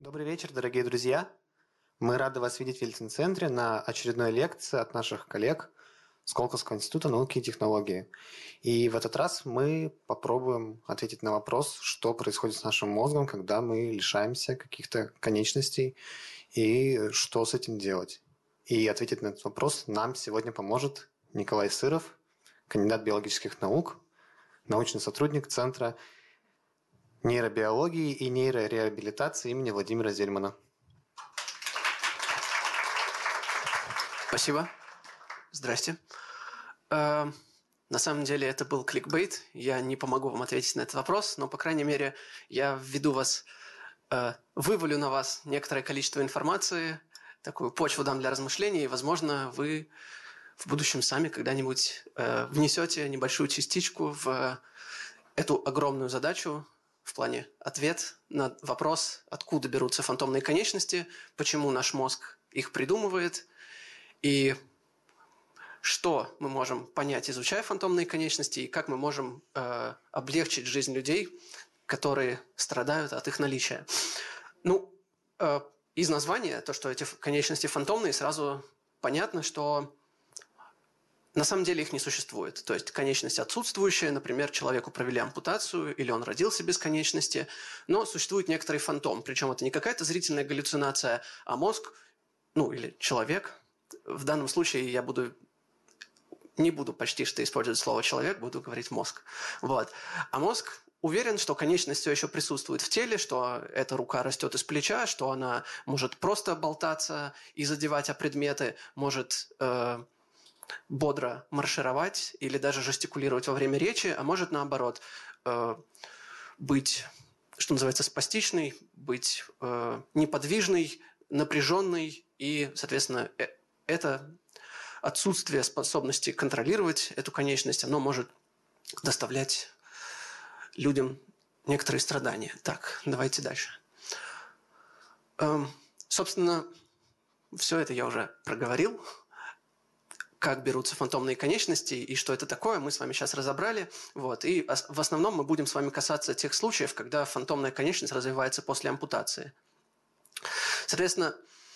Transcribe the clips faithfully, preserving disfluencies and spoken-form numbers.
Добрый вечер, дорогие друзья! Мы рады вас видеть в Ельцин-центре на очередной лекции от наших коллег Сколковского института науки и технологии. И в этот раз мы попробуем ответить на вопрос, что происходит с нашим мозгом, когда мы лишаемся каких-то конечностей, и что с этим делать. И ответить на этот вопрос нам сегодня поможет Николай Сыров, кандидат биологических наук, научный сотрудник Центра нейробиологии и нейрореабилитации имени Владимира Зельмана. Спасибо. Здрасте. Э, на самом деле это был кликбейт. Я не помогу вам ответить на этот вопрос, но, по крайней мере, я введу вас, э, вывалю на вас некоторое количество информации, такую почву дам для размышлений, и, возможно, вы в будущем сами когда-нибудь э, внесете небольшую частичку в эту огромную задачу, в плане ответ на вопрос, откуда берутся фантомные конечности, почему наш мозг их придумывает, и что мы можем понять, изучая фантомные конечности, и как мы можем э, облегчить жизнь людей, которые страдают от их наличия. Ну, э, из названия, то, что эти конечности фантомные, сразу понятно, что на самом деле их не существует. То есть конечность отсутствующая, например, человеку провели ампутацию, или он родился без конечности, но существует некоторый фантом. Причем это не какая-то зрительная галлюцинация, а мозг, ну или человек. В данном случае я буду, не буду почти что использовать слово «человек», буду говорить «мозг». Вот. А мозг уверен, что конечность все еще присутствует в теле, что эта рука растет из плеча, что она может просто болтаться и задевать о предметы, может э, бодро маршировать или даже жестикулировать во время речи, а может, наоборот, э, быть, что называется, спастичной, быть э, неподвижной, напряженной, и, соответственно, э, это отсутствие способности контролировать эту конечность, оно может доставлять людям некоторые страдания. Так, давайте дальше. Эм, собственно, все это я уже проговорил. Как берутся фантомные конечности и что это такое, мы с вами сейчас разобрали. Вот. И в основном мы будем с вами касаться тех случаев, когда фантомная конечность развивается после ампутации. Соответственно,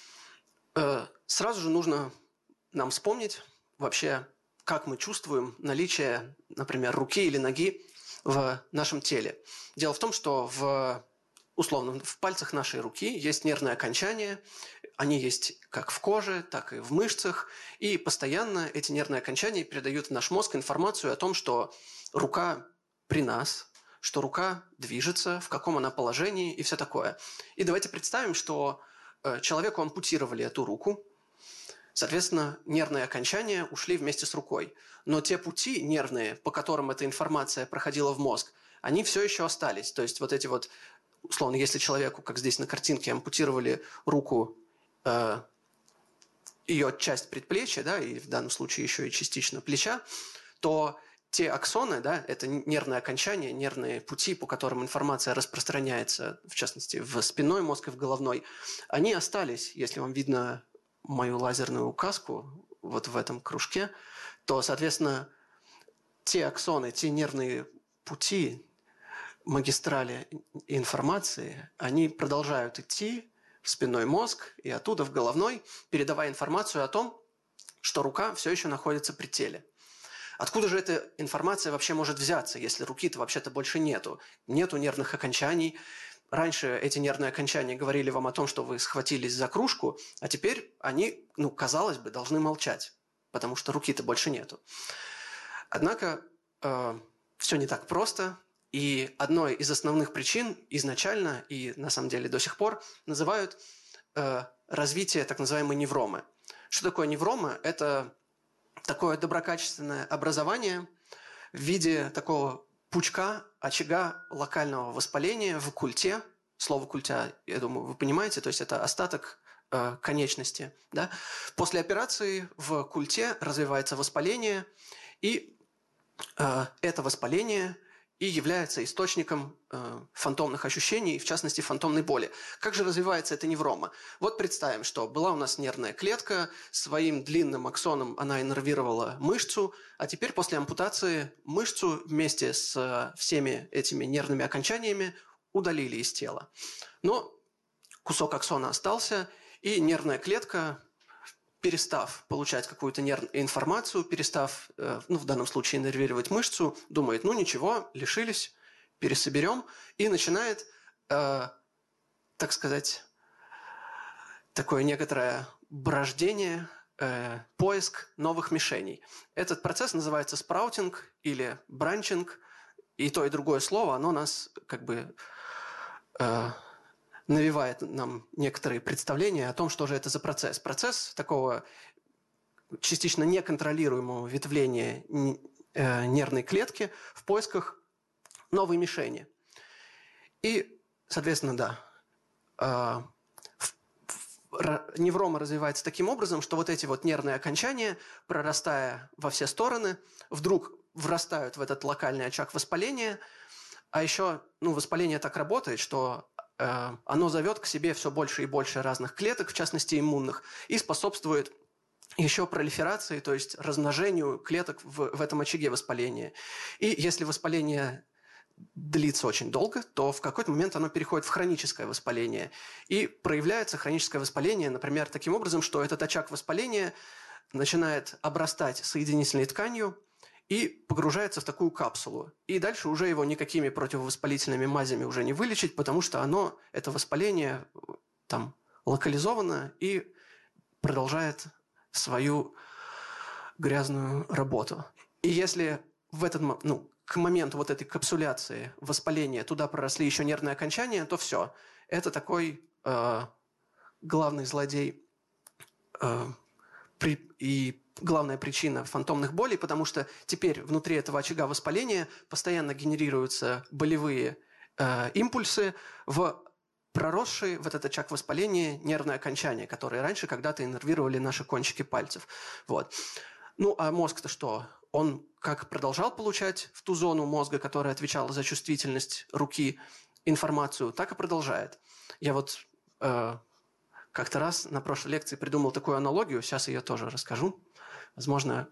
сразу же нужно нам вспомнить вообще, как мы чувствуем наличие, например, руки или ноги в нашем теле. Дело в том, что в, условно, в пальцах нашей руки есть нервные окончания. Они есть как в коже, так и в мышцах. И постоянно эти нервные окончания передают в наш мозг информацию о том, что рука при нас, что рука движется, в каком она положении и все такое. И давайте представим, что человеку ампутировали эту руку. Соответственно, нервные окончания ушли вместе с рукой. Но те пути нервные, по которым эта информация проходила в мозг, они все еще остались. То есть вот эти вот, условно, если человеку, как здесь на картинке, ампутировали руку, э, ее часть предплечья, да, и в данном случае еще и частично плеча, то те аксоны, да, это нервные окончания, нервные пути, по которым информация распространяется, в частности, в спинной мозг и в головной, они остались, если вам видно мою лазерную указку вот в этом кружке, то, соответственно, те аксоны, те нервные пути, магистрали информации, они продолжают идти в спинной мозг и оттуда в головной, передавая информацию о том, что рука все еще находится при теле. Откуда же эта информация вообще может взяться, если руки-то вообще-то больше нету? Нету нервных окончаний. Раньше эти нервные окончания говорили вам о том, что вы схватились за кружку, а теперь они, ну, казалось бы, должны молчать, потому что руки-то больше нету. Однако э, все не так просто, и одной из основных причин изначально и на самом деле до сих пор называют э, развитие так называемой невромы. Что такое неврома? Это такое доброкачественное образование в виде такого пучка, очага локального воспаления в культе. Слово культя, я думаю, вы понимаете, то есть это остаток э, конечности. Да? После операции в культе развивается воспаление, и э, это воспаление и является источником э, фантомных ощущений, в частности, фантомной боли. Как же развивается эта неврома? Вот представим, что была у нас нервная клетка, своим длинным аксоном она иннервировала мышцу, а теперь после ампутации мышцу вместе с всеми этими нервными окончаниями удалили из тела. Но кусок аксона остался, и нервная клетка, перестав получать какую-то нерв... информацию, перестав, э, ну, в данном случае, иннервировать мышцу, думает, ну, ничего, лишились, пересоберем, и начинает, э, так сказать, такое некоторое брождение, э, поиск новых мишеней. Этот процесс называется спраутинг или бранчинг, и то, и другое слово, оно нас как бы э, навевает нам некоторые представления о том, что же это за процесс. Процесс такого частично неконтролируемого ветвления э, нервной клетки в поисках новой мишени. И, соответственно, да, э, неврома развивается таким образом, что вот эти вот нервные окончания, прорастая во все стороны, вдруг врастают в этот локальный очаг воспаления, а еще, ну, воспаление так работает, что э, оно зовет к себе все больше и больше разных клеток, в частности иммунных, и способствует еще пролиферации, то есть размножению клеток в, в этом очаге воспаления. И если воспаление длится очень долго, то в какой-то момент оно переходит в хроническое воспаление. И проявляется хроническое воспаление, например, таким образом, что этот очаг воспаления начинает обрастать соединительной тканью и погружается в такую капсулу. И дальше уже его никакими противовоспалительными мазями уже не вылечить, потому что оно, это воспаление, там, локализовано и продолжает свою грязную работу. И если в этот, ну, к моменту вот этой капсуляции воспаления туда проросли еще нервные окончания, то все. Это такой э, главный злодей э, при, и главная причина фантомных болей, потому что теперь внутри этого очага воспаления постоянно генерируются болевые э, импульсы в проросшие в этот очаг воспаления нервные окончания, которые раньше когда-то иннервировали наши кончики пальцев. Вот. Ну, а мозг-то что? Он как продолжал получать в ту зону мозга, которая отвечала за чувствительность руки, информацию, так и продолжает. Я вот э, как-то раз на прошлой лекции придумал такую аналогию, сейчас ее тоже расскажу. Возможно,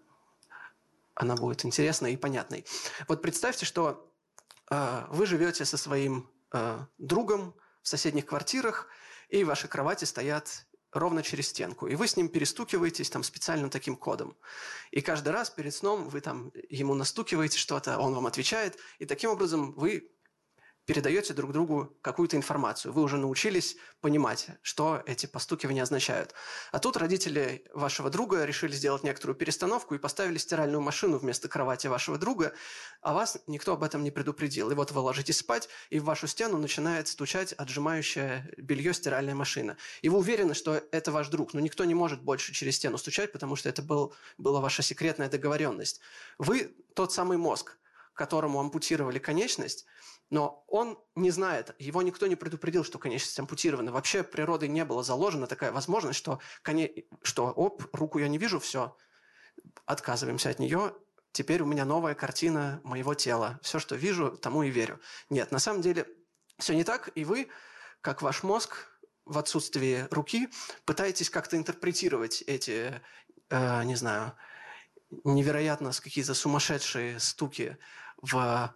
она будет интересной и понятной. Вот представьте, что э, вы живете со своим э, другом в соседних квартирах, и ваши кровати стоят ровно через стенку. И вы с ним перестукиваетесь там специальным таким кодом. И каждый раз перед сном вы там ему настукиваете что-то, он вам отвечает. И таким образом вы передаете друг другу какую-то информацию. Вы уже научились понимать, что эти постукивания означают. А тут родители вашего друга решили сделать некоторую перестановку и поставили стиральную машину вместо кровати вашего друга, а вас никто об этом не предупредил. И вот вы ложитесь спать, и в вашу стену начинает стучать отжимающая белье стиральная машина. И вы уверены, что это ваш друг, но никто не может больше через стену стучать, потому что это был, была ваша секретная договоренность. Вы тот самый мозг, которому ампутировали конечность, но он не знает, его никто не предупредил, что конечность ампутирована. Вообще природой не была заложена такая возможность, что, коне... что оп, руку я не вижу, все, отказываемся от нее, теперь у меня новая картина моего тела. Все, что вижу, тому и верю. Нет, на самом деле все не так, и вы, как ваш мозг, в отсутствии руки, пытаетесь как-то интерпретировать эти, э, не знаю, невероятно какие-то сумасшедшие стуки в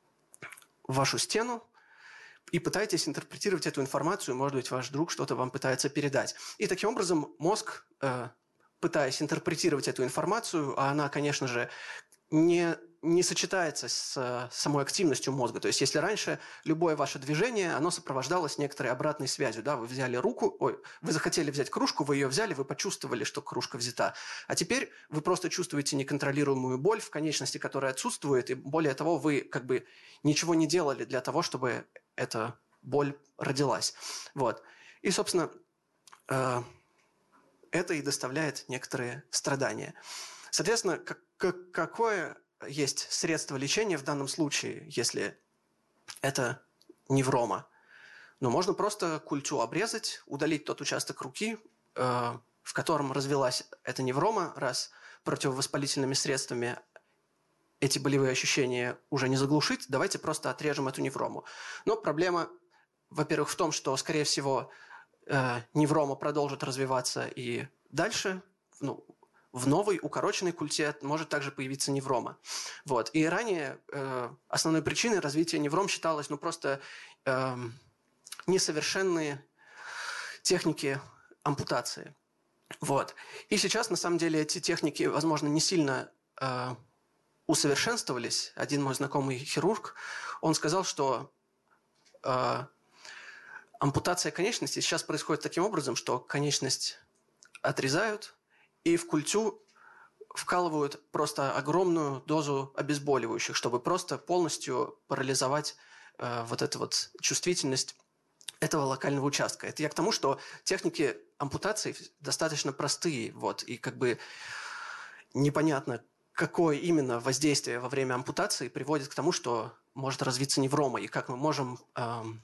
вашу стену и пытаетесь интерпретировать эту информацию, может быть, ваш друг что-то вам пытается передать. И таким образом мозг, э, пытаясь интерпретировать эту информацию, а она, конечно же, не, не сочетается с э, самой активностью мозга. То есть, если раньше любое ваше движение, оно сопровождалось некоторой обратной связью. Да? Вы взяли руку, ой, вы захотели взять кружку, вы ее взяли, вы почувствовали, что кружка взята. А теперь вы просто чувствуете неконтролируемую боль в конечности, которая отсутствует, и более того, вы как бы ничего не делали для того, чтобы эта боль родилась. Вот. И, собственно, э, это и доставляет некоторые страдания. Соответственно, как, как, какое есть средство лечения в данном случае, если это неврома? Ну, можно просто культю обрезать, удалить тот участок руки, э, в котором развилась эта неврома, раз противовоспалительными средствами эти болевые ощущения уже не заглушить, давайте просто отрежем эту неврому. Но проблема, во-первых, в том, что, скорее всего, э, неврома продолжит развиваться и дальше, ну, в новой укороченной культе может также появиться неврома. Вот. И ранее э, основной причиной развития невром считалось ну, просто э, несовершенные техники ампутации. Вот. И сейчас, на самом деле, эти техники, возможно, не сильно э, усовершенствовались. Один мой знакомый хирург, он сказал, что э, ампутация конечности сейчас происходит таким образом, что конечность отрезают и в культю вкалывают просто огромную дозу обезболивающих, чтобы просто полностью парализовать э, вот эту вот чувствительность этого локального участка. Это я к тому, что техники ампутации достаточно простые, вот, и как бы непонятно, какое именно воздействие во время ампутации приводит к тому, что может развиться неврома, и как мы можем эм,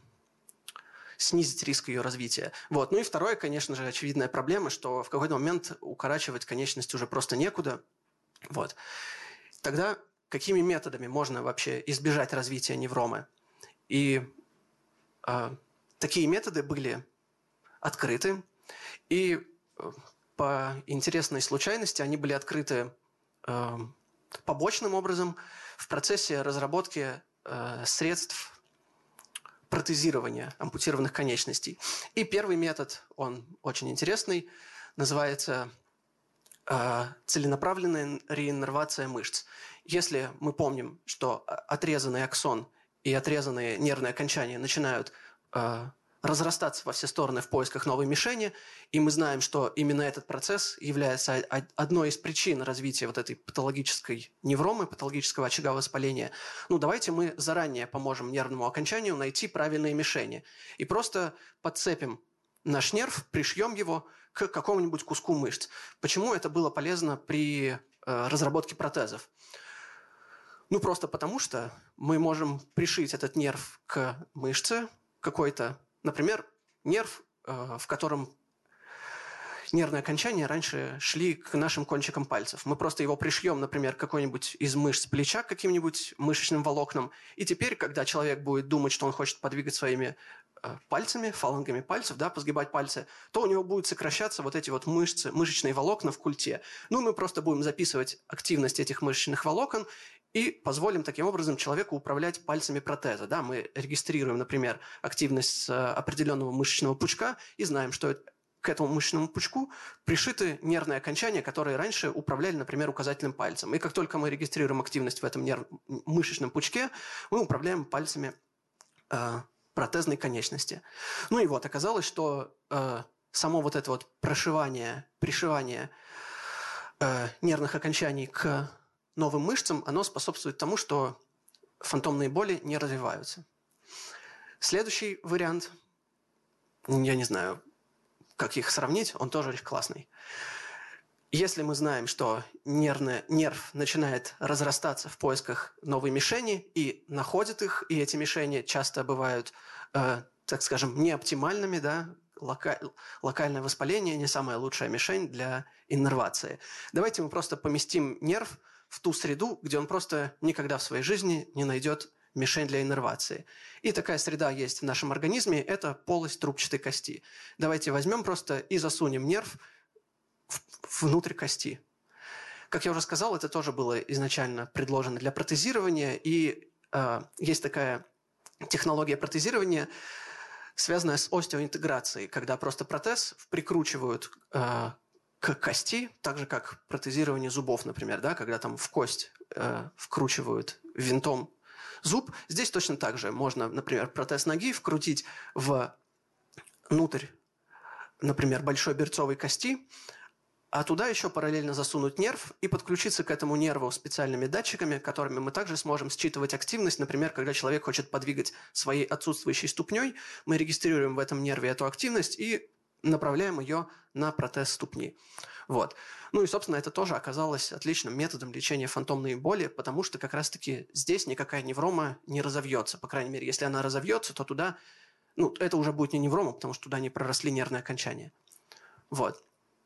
снизить риск ее развития. Вот. Ну и второе, конечно же, очевидная проблема, что в какой-то момент укорачивать конечность уже просто некуда. Вот. Тогда какими методами можно вообще избежать развития невромы? И э, такие методы были открыты, и э, по интересной случайности они были открыты э, побочным образом в процессе разработки э, средств протезирования ампутированных конечностей. И первый метод, он очень интересный, называется э, целенаправленная реиннервация мышц. Если мы помним, что отрезанный аксон и отрезанные нервные окончания начинают э, разрастаться во все стороны в поисках новой мишени, и мы знаем, что именно этот процесс является одной из причин развития вот этой патологической невромы, патологического очага воспаления. Ну, давайте мы заранее поможем нервному окончанию найти правильные мишени и просто подцепим наш нерв, пришьем его к какому-нибудь куску мышц. Почему это было полезно при э, разработке протезов? Ну, просто потому что мы можем пришить этот нерв к мышце какой-то. Например, нерв, в котором нервные окончания раньше шли к нашим кончикам пальцев. Мы просто его пришьем, например, какой-нибудь из мышц плеча каким-нибудь мышечным волокном. И теперь, когда человек будет думать, что он хочет подвигать своими пальцами, фалангами пальцев, да, позгибать пальцы, то у него будут сокращаться вот эти вот мышцы, мышечные волокна в культе. Ну, мы просто будем записывать активность этих мышечных волокон и позволим таким образом человеку управлять пальцами протеза. Да? Мы регистрируем, например, активность определенного мышечного пучка и знаем, что к этому мышечному пучку пришиты нервные окончания, которые раньше управляли, например, указательным пальцем. И как только мы регистрируем активность в этом нерв... мышечном пучке, мы управляем пальцами э, протезной конечности. Ну и вот, оказалось, что э, само вот это вот прошивание, пришивание э, нервных окончаний к новым мышцам, оно способствует тому, что фантомные боли не развиваются. Следующий вариант, я не знаю, как их сравнить, он тоже классный. Если мы знаем, что нервный, нерв начинает разрастаться в поисках новой мишени и находит их, и эти мишени часто бывают, э, так скажем, неоптимальными, да, лока... локальное воспаление не самая лучшая мишень для иннервации. Давайте мы просто поместим нерв в ту среду, где он просто никогда в своей жизни не найдет мишень для иннервации. И такая среда есть в нашем организме – это полость трубчатой кости. Давайте возьмем просто и засунем нерв внутрь кости. Как я уже сказал, это тоже было изначально предложено для протезирования, и э, есть такая технология протезирования, связанная с остеоинтеграцией, когда просто протез прикручивают э, к кости, так же, как протезирование зубов, например, да, когда там в кость э, вкручивают винтом зуб. Здесь точно так же. Можно, например, протез ноги вкрутить внутрь, например, большой берцовой кости, а туда еще параллельно засунуть нерв и подключиться к этому нерву специальными датчиками, которыми мы также сможем считывать активность. Например, когда человек хочет подвигать своей отсутствующей ступней, мы регистрируем в этом нерве эту активность и направляем ее на протез ступни. Вот. Ну и, собственно, это тоже оказалось отличным методом лечения фантомной боли, потому что как раз-таки здесь никакая неврома не разовьется. По крайней мере, если она разовьется, то туда... Ну, это уже будет не неврома, потому что туда не проросли нервные окончания. Вот.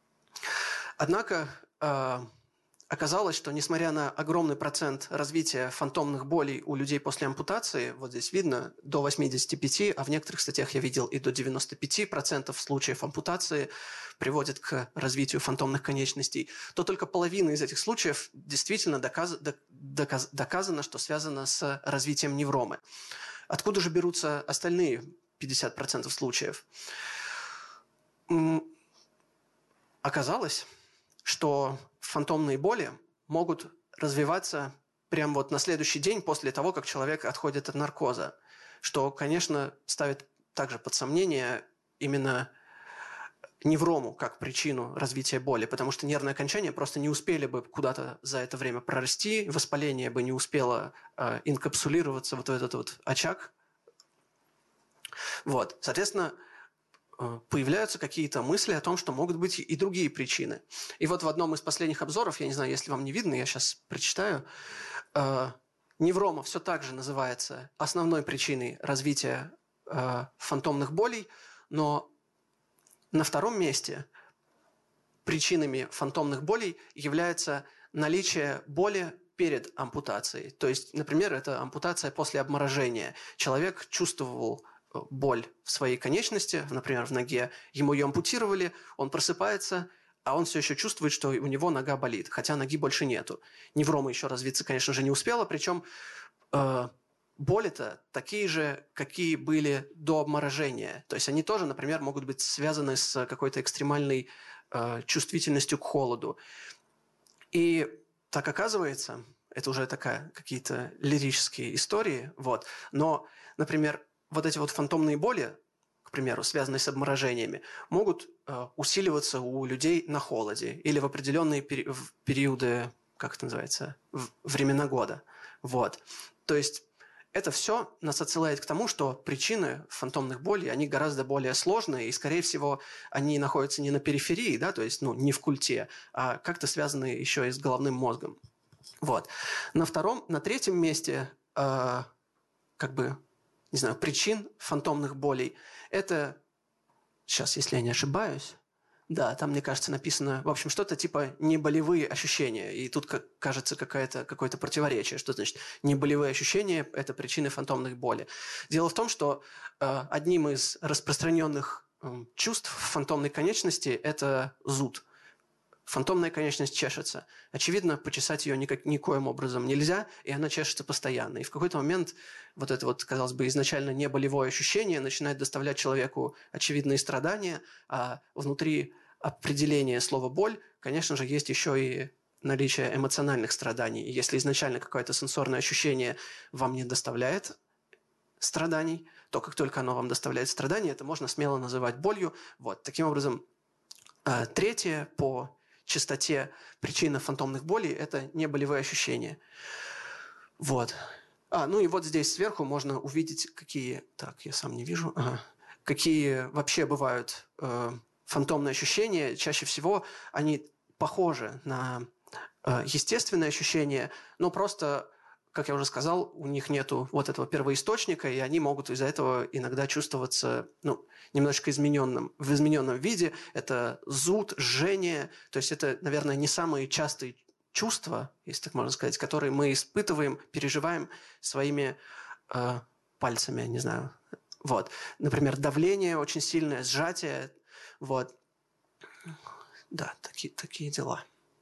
Однако э, оказалось, что несмотря на огромный процент развития фантомных болей у людей после ампутации, вот здесь видно, до восемьдесят пять, а в некоторых статьях я видел и до девяносто пять процентов случаев ампутации приводит к развитию фантомных конечностей, то только половина из этих случаев действительно доказ, доказ, доказано, что связано с развитием невромы. Откуда же берутся остальные пятьдесят процентов случаев? Оказалось, что фантомные боли могут развиваться прямо вот на следующий день после того, как человек отходит от наркоза, что, конечно, ставит также под сомнение именно неврому как причину развития боли, потому что нервные окончания просто не успели бы куда-то за это время прорасти, воспаление бы не успело э, инкапсулироваться вот в этот вот очаг. Вот, соответственно, появляются какие-то мысли о том, что могут быть и другие причины. И вот в одном из последних обзоров, я не знаю, если вам не видно, я сейчас прочитаю, э, неврома все так же называется основной причиной развития э, фантомных болей, но на втором месте причинами фантомных болей является наличие боли перед ампутацией. То есть, например, это ампутация после обморожения. Человек чувствовал боль в своей конечности, например, в ноге, ему ее ампутировали, он просыпается, а он все еще чувствует, что у него нога болит, хотя ноги больше нету. Неврома еще развиться, конечно же, не успела, причем э, боли-то такие же, какие были до обморожения. То есть они тоже, например, могут быть связаны с какой-то экстремальной э, чувствительностью к холоду. И так оказывается, это уже такая какие-то лирические истории, вот, но, например, вот эти вот фантомные боли, к примеру, связанные с обморожениями, могут э, усиливаться у людей на холоде или в определенные пери- в периоды, как это называется, в времена года. Вот. То есть это все нас отсылает к тому, что причины фантомных болей, они гораздо более сложные, и, скорее всего, они находятся не на периферии, да, то есть ну, не в культе, а как-то связаны еще и с головным мозгом. Вот. На втором, на третьем месте, э, как бы, не знаю, причин фантомных болей, это, сейчас, если я не ошибаюсь, да, там, мне кажется, написано, в общем, что-то типа неболевые ощущения. И тут, как, кажется, какая-то, какое-то противоречие. Что значит неболевые ощущения – это причины фантомных болей? Дело в том, что э, одним из распространенных э, чувств фантомной конечности – это зуд. Фантомная конечность чешется. Очевидно, почесать ее никак, никоим образом нельзя, и она чешется постоянно. И в какой-то момент вот это вот, казалось бы, изначально неболевое ощущение начинает доставлять человеку очевидные страдания, а внутри определения слова «боль», конечно же, есть еще и наличие эмоциональных страданий. И если изначально какое-то сенсорное ощущение вам не доставляет страданий, то как только оно вам доставляет страдания, это можно смело называть болью. Вот. Таким образом, третье по частоте причина фантомных болей – это неболевые ощущения. Вот. А, ну и вот здесь сверху можно увидеть, какие… Так, я сам не вижу. Ага. Какие вообще бывают э, фантомные ощущения. Чаще всего они похожи на э, естественные ощущения, но просто, как я уже сказал, у них нету вот этого первоисточника, и они могут из-за этого иногда чувствоваться, ну, немножечко измененным, в измененном виде. Это зуд, жжение. То есть это, наверное, не самые частые чувства, если так можно сказать, которые мы испытываем, переживаем своими э, пальцами, не знаю. Вот. Например, давление очень сильное, сжатие. Вот. Да, такие, такие дела.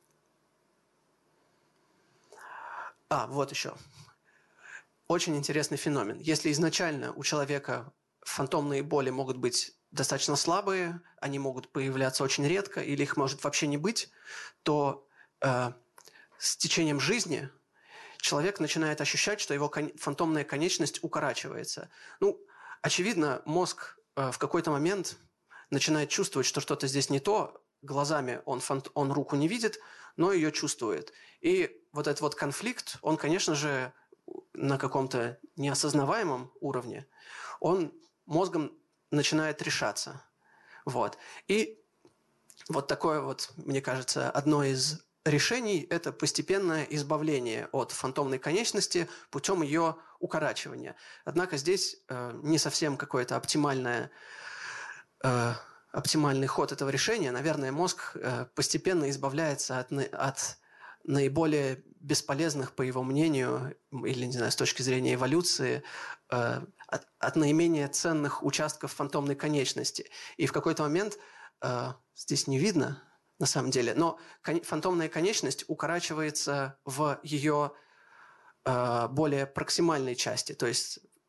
А, вот еще. Очень интересный феномен. Если изначально у человека фантомные боли могут быть достаточно слабые, они могут появляться очень редко, или их может вообще не быть, то э, с течением жизни человек начинает ощущать, что его кон- фантомная конечность укорачивается. Ну, очевидно, мозг э, в какой-то момент начинает чувствовать, что что-то здесь не то. Глазами он, фант- он руку не видит, но ее чувствует. И вот этот вот конфликт, он, конечно же, на каком-то неосознаваемом уровне, он мозгом начинает решаться. Вот. И вот такое вот, мне кажется, одно из решений – это постепенное избавление от фантомной конечности путем ее укорачивания. Однако здесь э, не совсем какое-то оптимальное, э, оптимальный ход этого решения. Наверное, мозг э, постепенно избавляется от, от наиболее бесполезных, по его мнению, или, не знаю, с точки зрения эволюции, э, от, от наименее ценных участков фантомной конечности. И в какой-то момент, э, здесь не видно, на самом деле, но кон- фантомная конечность укорачивается в ее э, более проксимальной части, то есть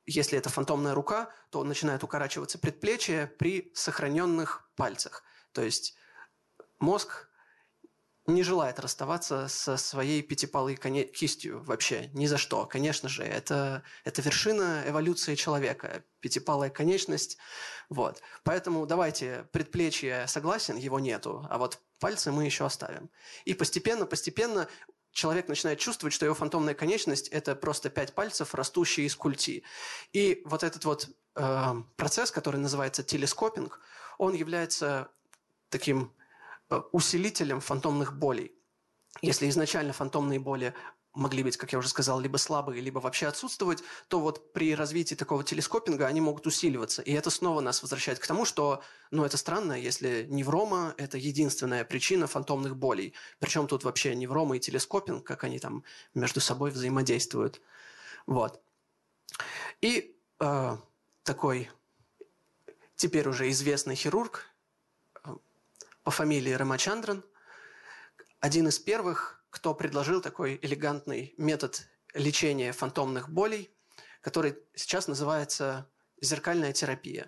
если это фантомная рука, то начинает укорачиваться предплечье при сохраненных пальцах. То есть мозг не желает расставаться со своей пятипалой коне- кистью вообще, ни за что. Конечно же, это, это вершина эволюции человека, пятипалая конечность. Вот. Поэтому давайте, предплечье согласен, его нету, а вот пальцы мы еще оставим. И постепенно-постепенно человек начинает чувствовать, что его фантомная конечность – это просто пять пальцев, растущие из культи. И вот этот вот э, процесс, который называется телескопинг, он является таким усилителем фантомных болей. Если изначально фантомные боли могли быть, как я уже сказал, либо слабые, либо вообще отсутствовать, то вот при развитии такого телескопинга они могут усиливаться. И это снова нас возвращает к тому, что, ну, это странно, если неврома – это единственная причина фантомных болей. Причем тут вообще неврома и телескопинг, как они там между собой взаимодействуют. Вот. И э, такой теперь уже известный хирург по фамилии Рамачандран, один из первых, кто предложил такой элегантный метод лечения фантомных болей, который сейчас называется зеркальная терапия.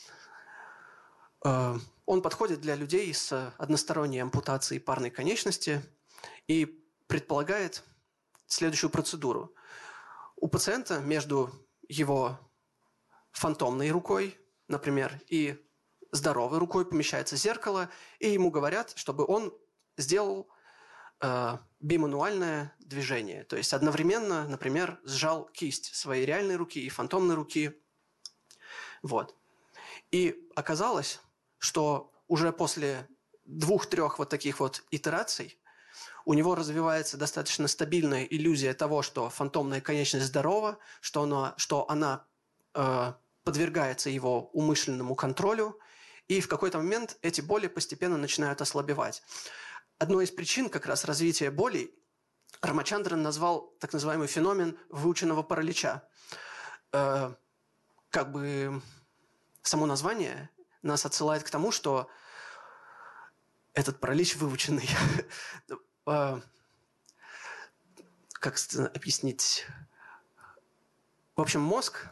Он подходит для людей с односторонней ампутацией парной конечности и предполагает следующую процедуру. У пациента между его фантомной рукой, например, и здоровой рукой помещается зеркало, и ему говорят, чтобы он сделал э, бимануальное движение. То есть одновременно, например, сжал кисть своей реальной руки и фантомной руки. Вот. И оказалось, что уже после двух-трех вот таких вот итераций у него развивается достаточно стабильная иллюзия того, что фантомная конечность здорова, что она, что она э, подвергается его умышленному контролю, и в какой-то момент эти боли постепенно начинают ослабевать. Одной из причин как раз развития болей Рамачандран назвал так называемый феномен выученного паралича. Э, как бы само название нас отсылает к тому, что этот паралич выученный. э, как объяснить? В общем, мозг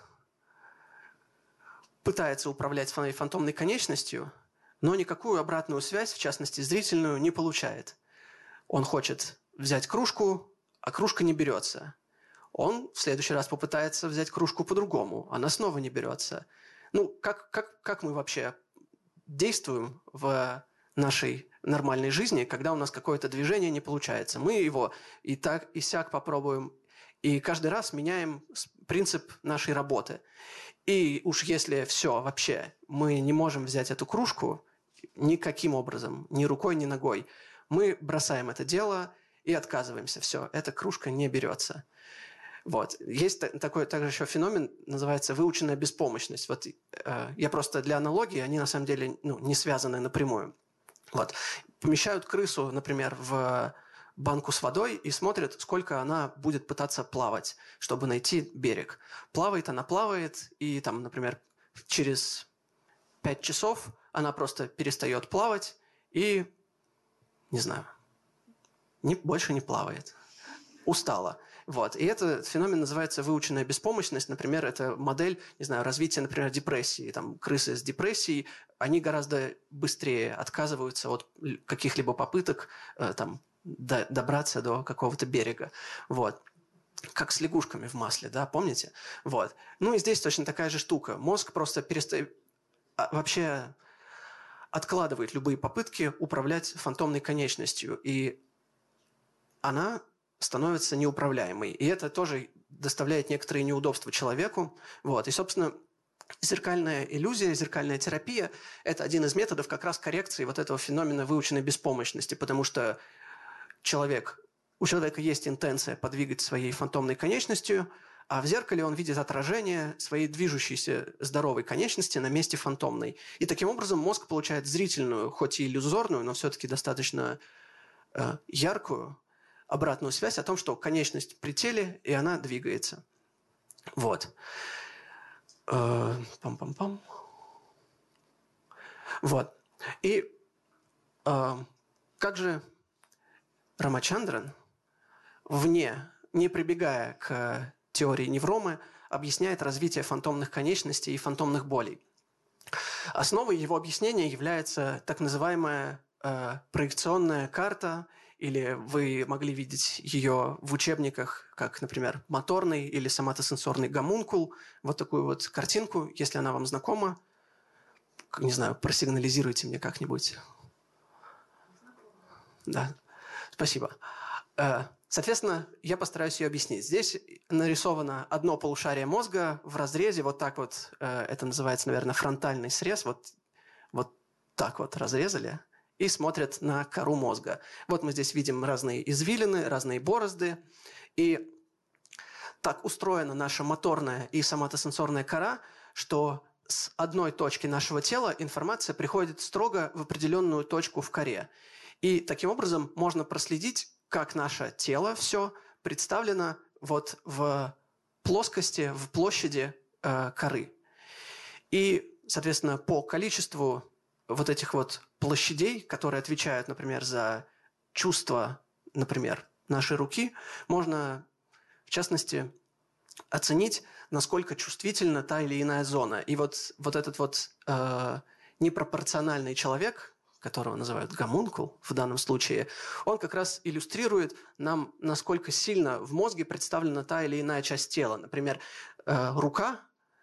пытается управлять своей фантомной конечностью, но никакую обратную связь, в частности зрительную, не получает. Он хочет взять кружку, а кружка не берется. Он в следующий раз попытается взять кружку по-другому, она снова не берется. Ну, как, как, как мы вообще действуем в нашей нормальной жизни, когда у нас какое-то движение не получается? Мы его и так, и сяк попробуем, и каждый раз меняем принцип нашей работы. И уж если все, вообще, мы не можем взять эту кружку никаким образом, ни рукой, ни ногой, мы бросаем это дело и отказываемся. Все, эта кружка не берется. Вот. Есть такой также еще феномен, называется выученная беспомощность. Вот, э, я просто для аналогии, они на самом деле ну, не связаны напрямую. Вот. Помещают крысу, например, в банку с водой и смотрят, сколько она будет пытаться плавать, чтобы найти берег. Плавает она, плавает, и там, например, через пять часов она просто перестает плавать и, не знаю, не, больше не плавает. Устала. Вот. И этот феномен называется выученная беспомощность. Например, это модель, не знаю, развития, например, депрессии. Там, крысы с депрессией, они гораздо быстрее отказываются от каких-либо попыток э, там, до, добраться до какого-то берега. Вот. Как с лягушками в масле, да, помните? Вот. Ну и здесь точно такая же штука. Мозг просто перестает... вообще откладывает любые попытки управлять фантомной конечностью. И она становится неуправляемой. И это тоже доставляет некоторые неудобства человеку. Вот. И, собственно, зеркальная иллюзия, зеркальная терапия – это один из методов как раз коррекции вот этого феномена выученной беспомощности, потому что человек, у человека есть интенция подвигать своей фантомной конечностью, а в зеркале он видит отражение своей движущейся здоровой конечности на месте фантомной. И таким образом мозг получает зрительную, хоть и иллюзорную, но все-таки достаточно э, яркую обратную связь о том, что конечность при теле, и она двигается. Вот. Э, пам-пам-пам. Вот. И э, как же Рамачандран, вне, не прибегая к теории невромы, объясняет развитие фантомных конечностей и фантомных болей. Основой его объяснения является так называемая э, проекционная карта, или вы могли видеть ее в учебниках, как, например, моторный или соматосенсорный гомункул, вот такую вот картинку, если она вам знакома, не знаю, просигнализируйте мне как-нибудь. Да, спасибо. Соответственно, я постараюсь ее объяснить. Здесь нарисовано одно полушарие мозга в разрезе, вот так вот, это называется, наверное, фронтальный срез, вот, вот так вот разрезали и смотрят на кору мозга. Вот мы здесь видим разные извилины, разные борозды, и так устроена наша моторная и соматосенсорная кора, что с одной точки нашего тела информация приходит строго в определенную точку в коре. И таким образом можно проследить, как наше тело все представлено вот в плоскости, в площади э, коры. И, соответственно, по количеству вот этих вот площадей, которые отвечают, например, за чувство, например, нашей руки, можно, в частности, оценить, насколько чувствительна та или иная зона. И вот, вот этот вот э, непропорциональный человек, которого называют гомункул в данном случае, он как раз иллюстрирует нам, насколько сильно в мозге представлена та или иная часть тела. Например, э, рука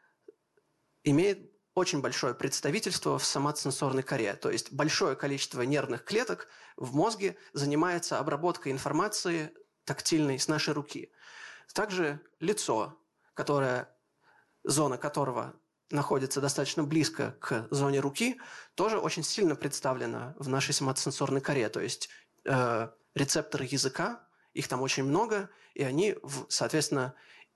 имеет очень большое представительство в соматосенсорной коре. То есть большое количество нервных клеток в мозге занимается обработкой информации тактильной с нашей руки. Также лицо, которое, зона которого находится достаточно близко к зоне руки, тоже очень сильно представлена в нашей соматосенсорной коре. То есть э, рецепторы языка, их там очень много, и они, в, соответственно,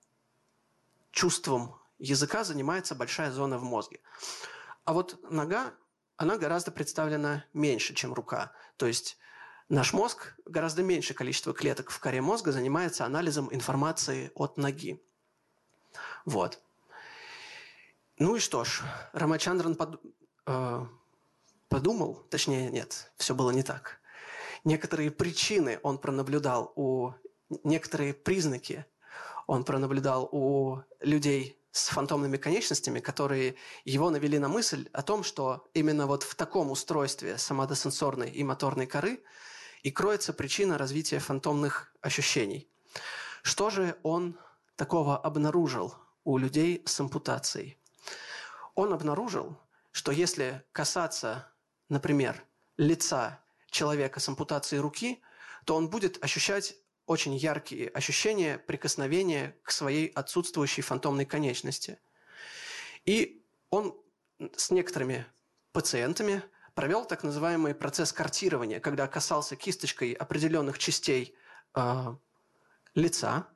чувством языка занимается большая зона в мозге. А вот нога, она гораздо представлена меньше, чем рука. То есть наш мозг, гораздо меньшее количество клеток в коре мозга занимается анализом информации от ноги. Вот. Ну и что ж, Рамачандран под, э, подумал, точнее нет, все было не так. Некоторые причины он пронаблюдал у, некоторые признаки он пронаблюдал у людей с фантомными конечностями, которые его навели на мысль о том, что именно вот в таком устройстве соматосенсорной и моторной коры и кроется причина развития фантомных ощущений. Что же он такого обнаружил у людей с ампутацией? Он обнаружил, что если касаться, например, лица человека с ампутацией руки, то он будет ощущать очень яркие ощущения прикосновения к своей отсутствующей фантомной конечности. И он с некоторыми пациентами провел так называемый процесс картирования, когда касался кисточкой определенных частей э, лица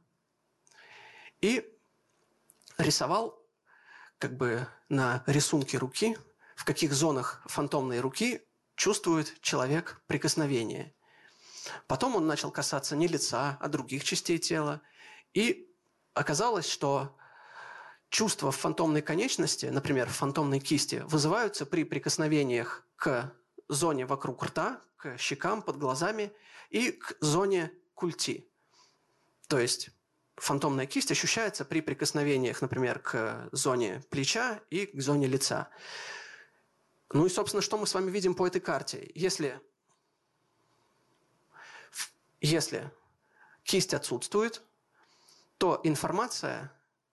и рисовал как бы на рисунке руки, в каких зонах фантомной руки чувствует человек прикосновение. Потом он начал касаться не лица, а других частей тела. И оказалось, что чувства в фантомной конечности, например, в фантомной кисти, вызываются при прикосновениях к зоне вокруг рта, к щекам, под глазами и к зоне культи. То есть фантомная кисть ощущается при прикосновениях, например, к зоне плеча и к зоне лица. Ну и, собственно, что мы с вами видим по этой карте? Если, если кисть отсутствует, то информация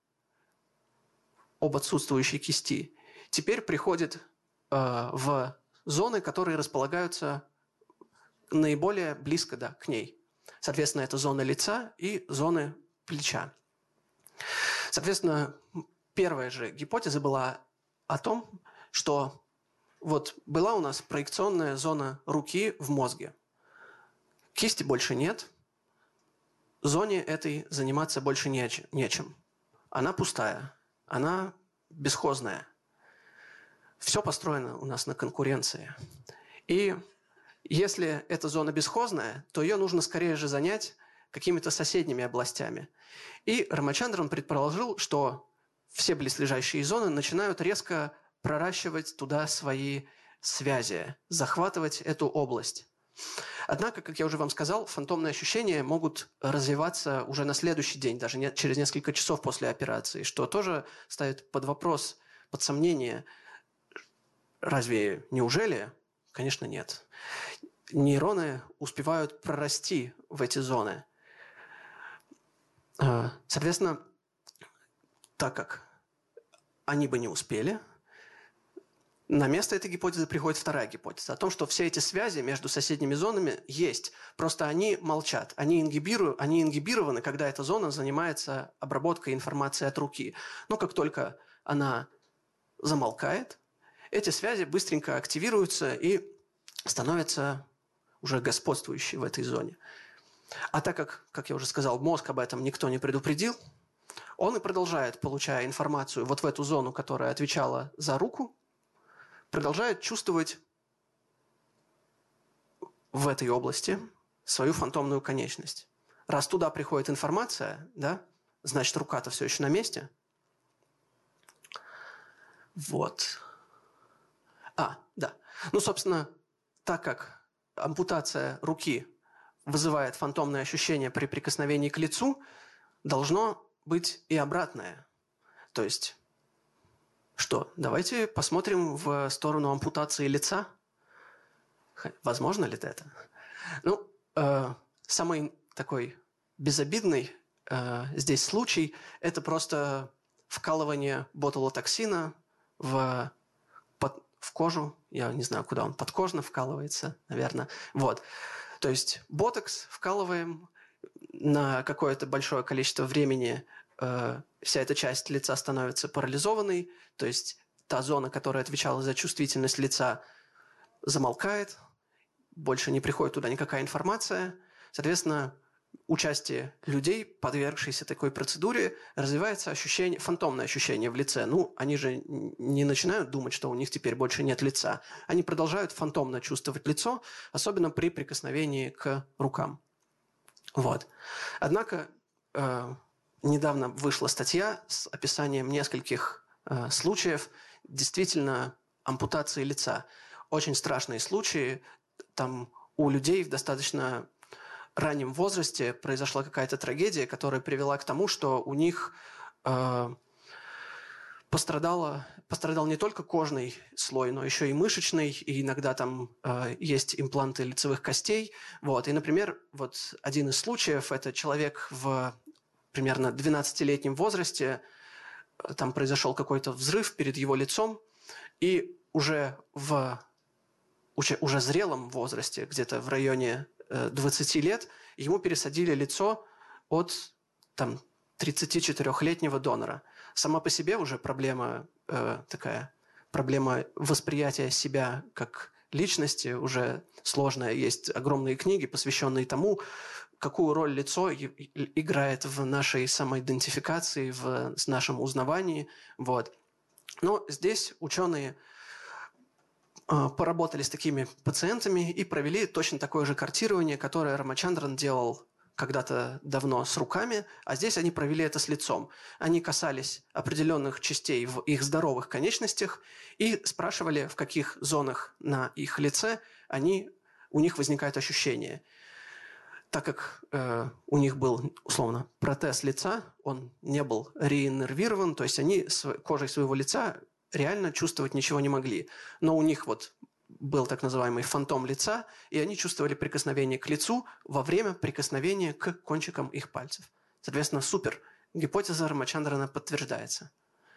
об отсутствующей кисти теперь приходит э, в зоны, которые располагаются наиболее близко, да, к ней. Соответственно, это зона лица и зоны плеча. Соответственно, первая же гипотеза была о том, что вот была у нас проекционная зона руки в мозге. Кисти больше нет, зоне этой заниматься больше нечем. Она пустая, она бесхозная. Все построено у нас на конкуренции. И если эта зона бесхозная, то ее нужно скорее же занять какими-то соседними областями. И Рамачандран предположил, что все близлежащие зоны начинают резко проращивать туда свои связи, захватывать эту область. Однако, как я уже вам сказал, фантомные ощущения могут развиваться уже на следующий день, даже не, через несколько часов после операции, что тоже ставит под вопрос, под сомнение, разве неужели? Конечно, нет. Нейроны успевают прорасти в эти зоны. Соответственно, так как они бы не успели, на место этой гипотезы приходит вторая гипотеза о том, что все эти связи между соседними зонами есть, просто они молчат, они, ингибиру, они ингибированы, когда эта зона занимается обработкой информации от руки. Но как только она замолкает, эти связи быстренько активируются и становятся уже господствующей в этой зоне. А так как, как я уже сказал, мозг об этом никто не предупредил, он и продолжает, получая информацию вот в эту зону, которая отвечала за руку, продолжает чувствовать в этой области свою фантомную конечность. Раз туда приходит информация, да, значит, рука-то все еще на месте. Вот. А, да. Ну, собственно, так как ампутация руки вызывает фантомное ощущение при прикосновении к лицу, должно быть и обратное. То есть, что, давайте посмотрим в сторону ампутации лица. Возможно ли это? Ну, э, самый такой безобидный э, здесь случай – это просто вкалывание ботулотоксина в, под, в кожу. Я не знаю, куда он подкожно вкалывается, наверное. Вот. То есть ботокс вкалываем на какое-то большое количество времени, э, вся эта часть лица становится парализованной, то есть та зона, которая отвечала за чувствительность лица, замолкает, больше не приходит туда никакая информация. Соответственно, участие людей, подвергшихся такой процедуре, развивается ощущение, фантомное ощущение в лице. Ну, они же не начинают думать, что у них теперь больше нет лица. Они продолжают фантомно чувствовать лицо, особенно при прикосновении к рукам. Вот. Однако э, недавно вышла статья с описанием нескольких э, случаев действительно ампутации лица. Очень страшные случаи. Там у людей в достаточно раннем возрасте произошла какая-то трагедия, которая привела к тому, что у них э, пострадало, пострадал не только кожный слой, но еще и мышечный, и иногда там э, есть импланты лицевых костей. Вот. И, например, вот один из случаев – это человек в примерно двенадцатилетнем возрасте, там произошел какой-то взрыв перед его лицом, и уже в уже, уже зрелом возрасте, где-то в районе э, двадцати лет, ему пересадили лицо от там, тридцатичетырёхлетнего донора. Сама по себе уже проблема э, такая, проблема восприятия себя как личности уже сложная. Есть огромные книги, посвященные тому, какую роль лицо играет в нашей самоидентификации, в нашем узнавании. Вот. Но здесь ученые поработали с такими пациентами и провели точно такое же картирование, которое Рамачандран делал когда-то давно с руками, а здесь они провели это с лицом. Они касались определенных частей в их здоровых конечностях и спрашивали, в каких зонах на их лице они, у них возникает ощущение. Так как э, у них был, условно, протез лица, он не был реиннервирован, то есть они с кожей своего лица реально чувствовать ничего не могли. Но у них вот был так называемый фантом лица, и они чувствовали прикосновение к лицу во время прикосновения к кончикам их пальцев. Соответственно, супер. Гипотеза Рамачандрана подтверждается.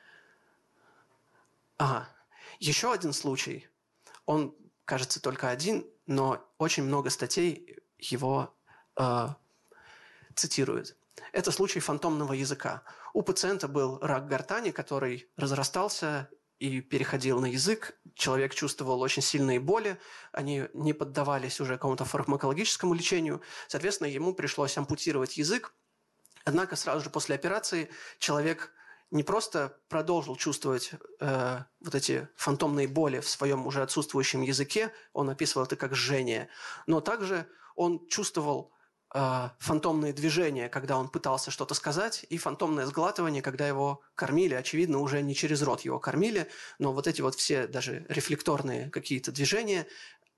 Ага. Еще один случай. Он, кажется, только один, но очень много статей его э, цитируют. Это случай фантомного языка. У пациента был рак гортани, который разрастался и переходил на язык. Человек чувствовал очень сильные боли. Они не поддавались уже какому-то фармакологическому лечению. Соответственно, ему пришлось ампутировать язык. Однако сразу же после операции человек не просто продолжил чувствовать э, вот эти фантомные боли в своем уже отсутствующем языке, он описывал это как жжение, но также он чувствовал фантомные движения, когда он пытался что-то сказать, и фантомное сглатывание, когда его кормили. Очевидно, уже не через рот его кормили, но вот эти вот все даже рефлекторные какие-то движения,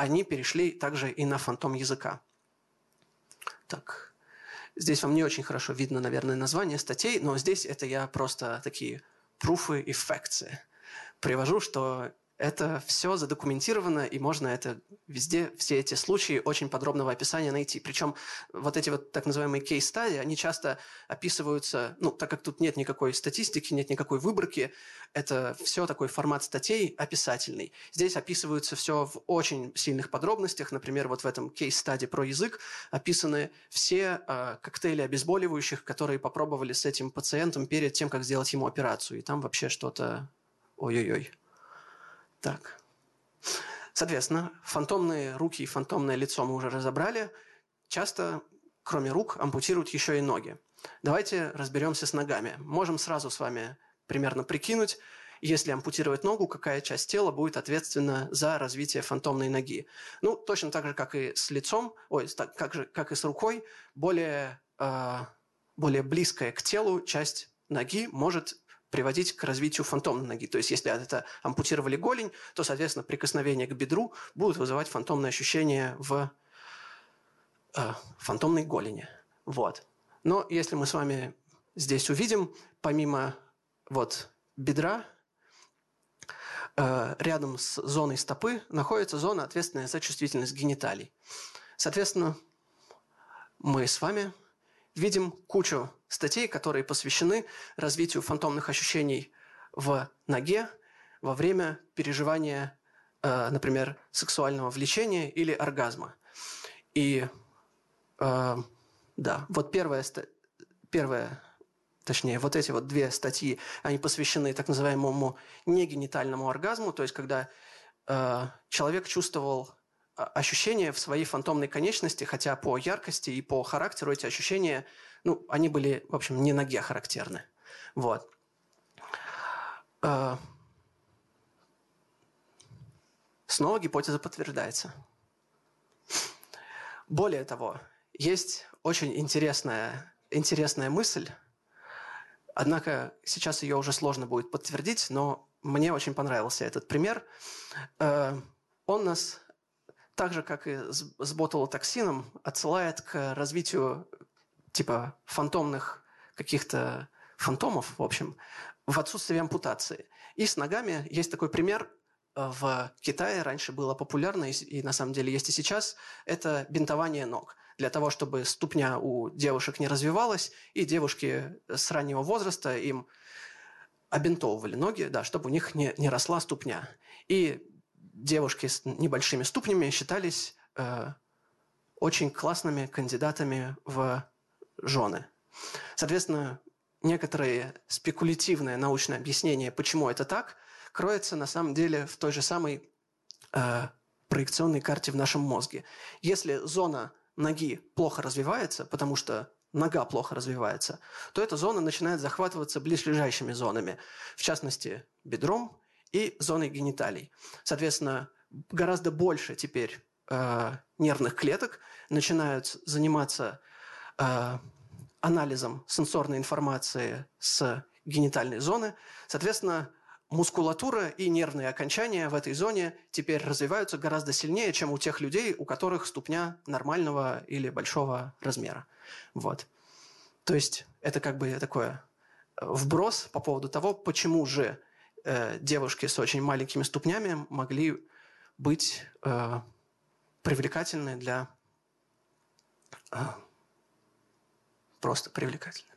они перешли также и на фантом языка. Так, здесь вам не очень хорошо видно, наверное, название статей, но здесь это я просто такие пруфы и факты привожу, что это все задокументировано, и можно это везде, все эти случаи очень подробного описания найти. Причем вот эти вот так называемые кейс-стади, они часто описываются, ну, так как тут нет никакой статистики, нет никакой выборки, это все такой формат статей описательный. Здесь описываются все в очень сильных подробностях. Например, вот в этом кейс-стади про язык описаны все э, коктейли обезболивающих, которые попробовали с этим пациентом перед тем, как сделать ему операцию. И там вообще что-то... Ой-ой-ой. Так. Соответственно, фантомные руки и фантомное лицо мы уже разобрали. Часто, кроме рук, ампутируют еще и ноги. Давайте разберемся с ногами. Можем сразу с вами примерно прикинуть, если ампутировать ногу, какая часть тела будет ответственна за развитие фантомной ноги. Ну, точно так же, как и с лицом, ой, так, как, же, как и с рукой, более, э, более близкая к телу часть ноги может приводить к развитию фантомной ноги. То есть, если это ампутировали голень, то, соответственно, прикосновение к бедру будет вызывать фантомные ощущения в э, фантомной голени. Вот. Но если мы с вами здесь увидим, помимо вот, бедра, э, рядом с зоной стопы находится зона, ответственная за чувствительность гениталий. Соответственно, мы с вами видим кучу статей, которые посвящены развитию фантомных ощущений в ноге во время переживания, э, например, сексуального влечения или оргазма. И э, да, вот первая, первая, точнее, вот эти вот две статьи, они посвящены так называемому негенитальному оргазму, то есть когда э, человек чувствовал ощущения в своей фантомной конечности, хотя по яркости и по характеру эти ощущения, ну, они были, в общем, не ноге характерны. Вот. Снова гипотеза подтверждается. Более того, есть очень интересная, интересная мысль, однако сейчас ее уже сложно будет подтвердить, но мне очень понравился этот пример. Он нас так же, как и с ботулотоксином, отсылает к развитию типа фантомных каких-то фантомов, в общем, в отсутствии ампутации. И с ногами есть такой пример. В Китае раньше было популярно, и, и на самом деле есть и сейчас, это бинтование ног. Для того, чтобы ступня у девушек не развивалась, и девушки с раннего возраста им обинтовывали ноги, да, чтобы у них не, не росла ступня. И девушки с небольшими ступнями считались э, очень классными кандидатами в жены. Соответственно, некоторое спекулятивное научное объяснение, почему это так, кроется на самом деле в той же самой э, проекционной карте в нашем мозге. Если зона ноги плохо развивается, потому что нога плохо развивается, то эта зона начинает захватываться близлежащими зонами, в частности, бедром и зоной гениталий. Соответственно, гораздо больше теперь э, нервных клеток начинают заниматься э, анализом сенсорной информации с генитальной зоны. Соответственно, мускулатура и нервные окончания в этой зоне теперь развиваются гораздо сильнее, чем у тех людей, у которых ступня нормального или большого размера. Вот. То есть это как бы такое вброс по поводу того, почему же э, девушки с очень маленькими ступнями могли быть э, привлекательны для... Э, просто привлекательны.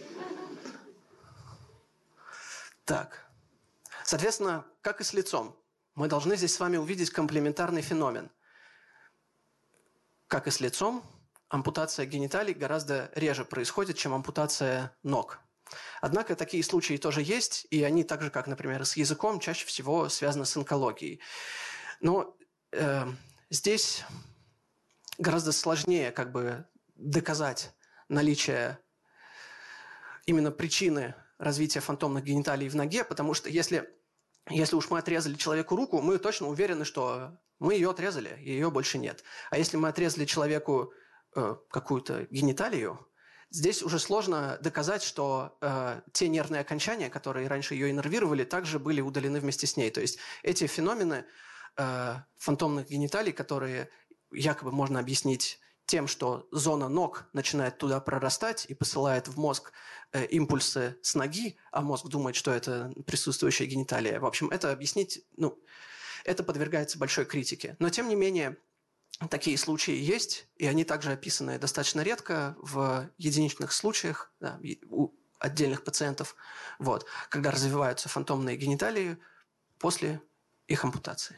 Так. Соответственно, как и с лицом, мы должны здесь с вами увидеть комплементарный феномен. Как и с лицом, ампутация гениталий гораздо реже происходит, чем ампутация ног. Однако такие случаи тоже есть, и они так же, как, например, с языком, чаще всего связаны с онкологией. Но э, здесь гораздо сложнее как бы доказать наличие именно причины развития фантомных гениталий в ноге, потому что если, если уж мы отрезали человеку руку, мы точно уверены, что мы ее отрезали, и ее больше нет. А если мы отрезали человеку э, какую-то гениталию, здесь уже сложно доказать, что э, те нервные окончания, которые раньше ее иннервировали, также были удалены вместе с ней. То есть эти феномены, э, фантомных гениталий, которые якобы можно объяснить тем, что зона ног начинает туда прорастать и посылает в мозг э, импульсы с ноги, а мозг думает, что это присутствующая гениталия. В общем, это объяснить, ну, это подвергается большой критике. Но, тем не менее, такие случаи есть, и они также описаны достаточно редко в единичных случаях, да, у отдельных пациентов, вот, когда развиваются фантомные гениталии после их ампутации.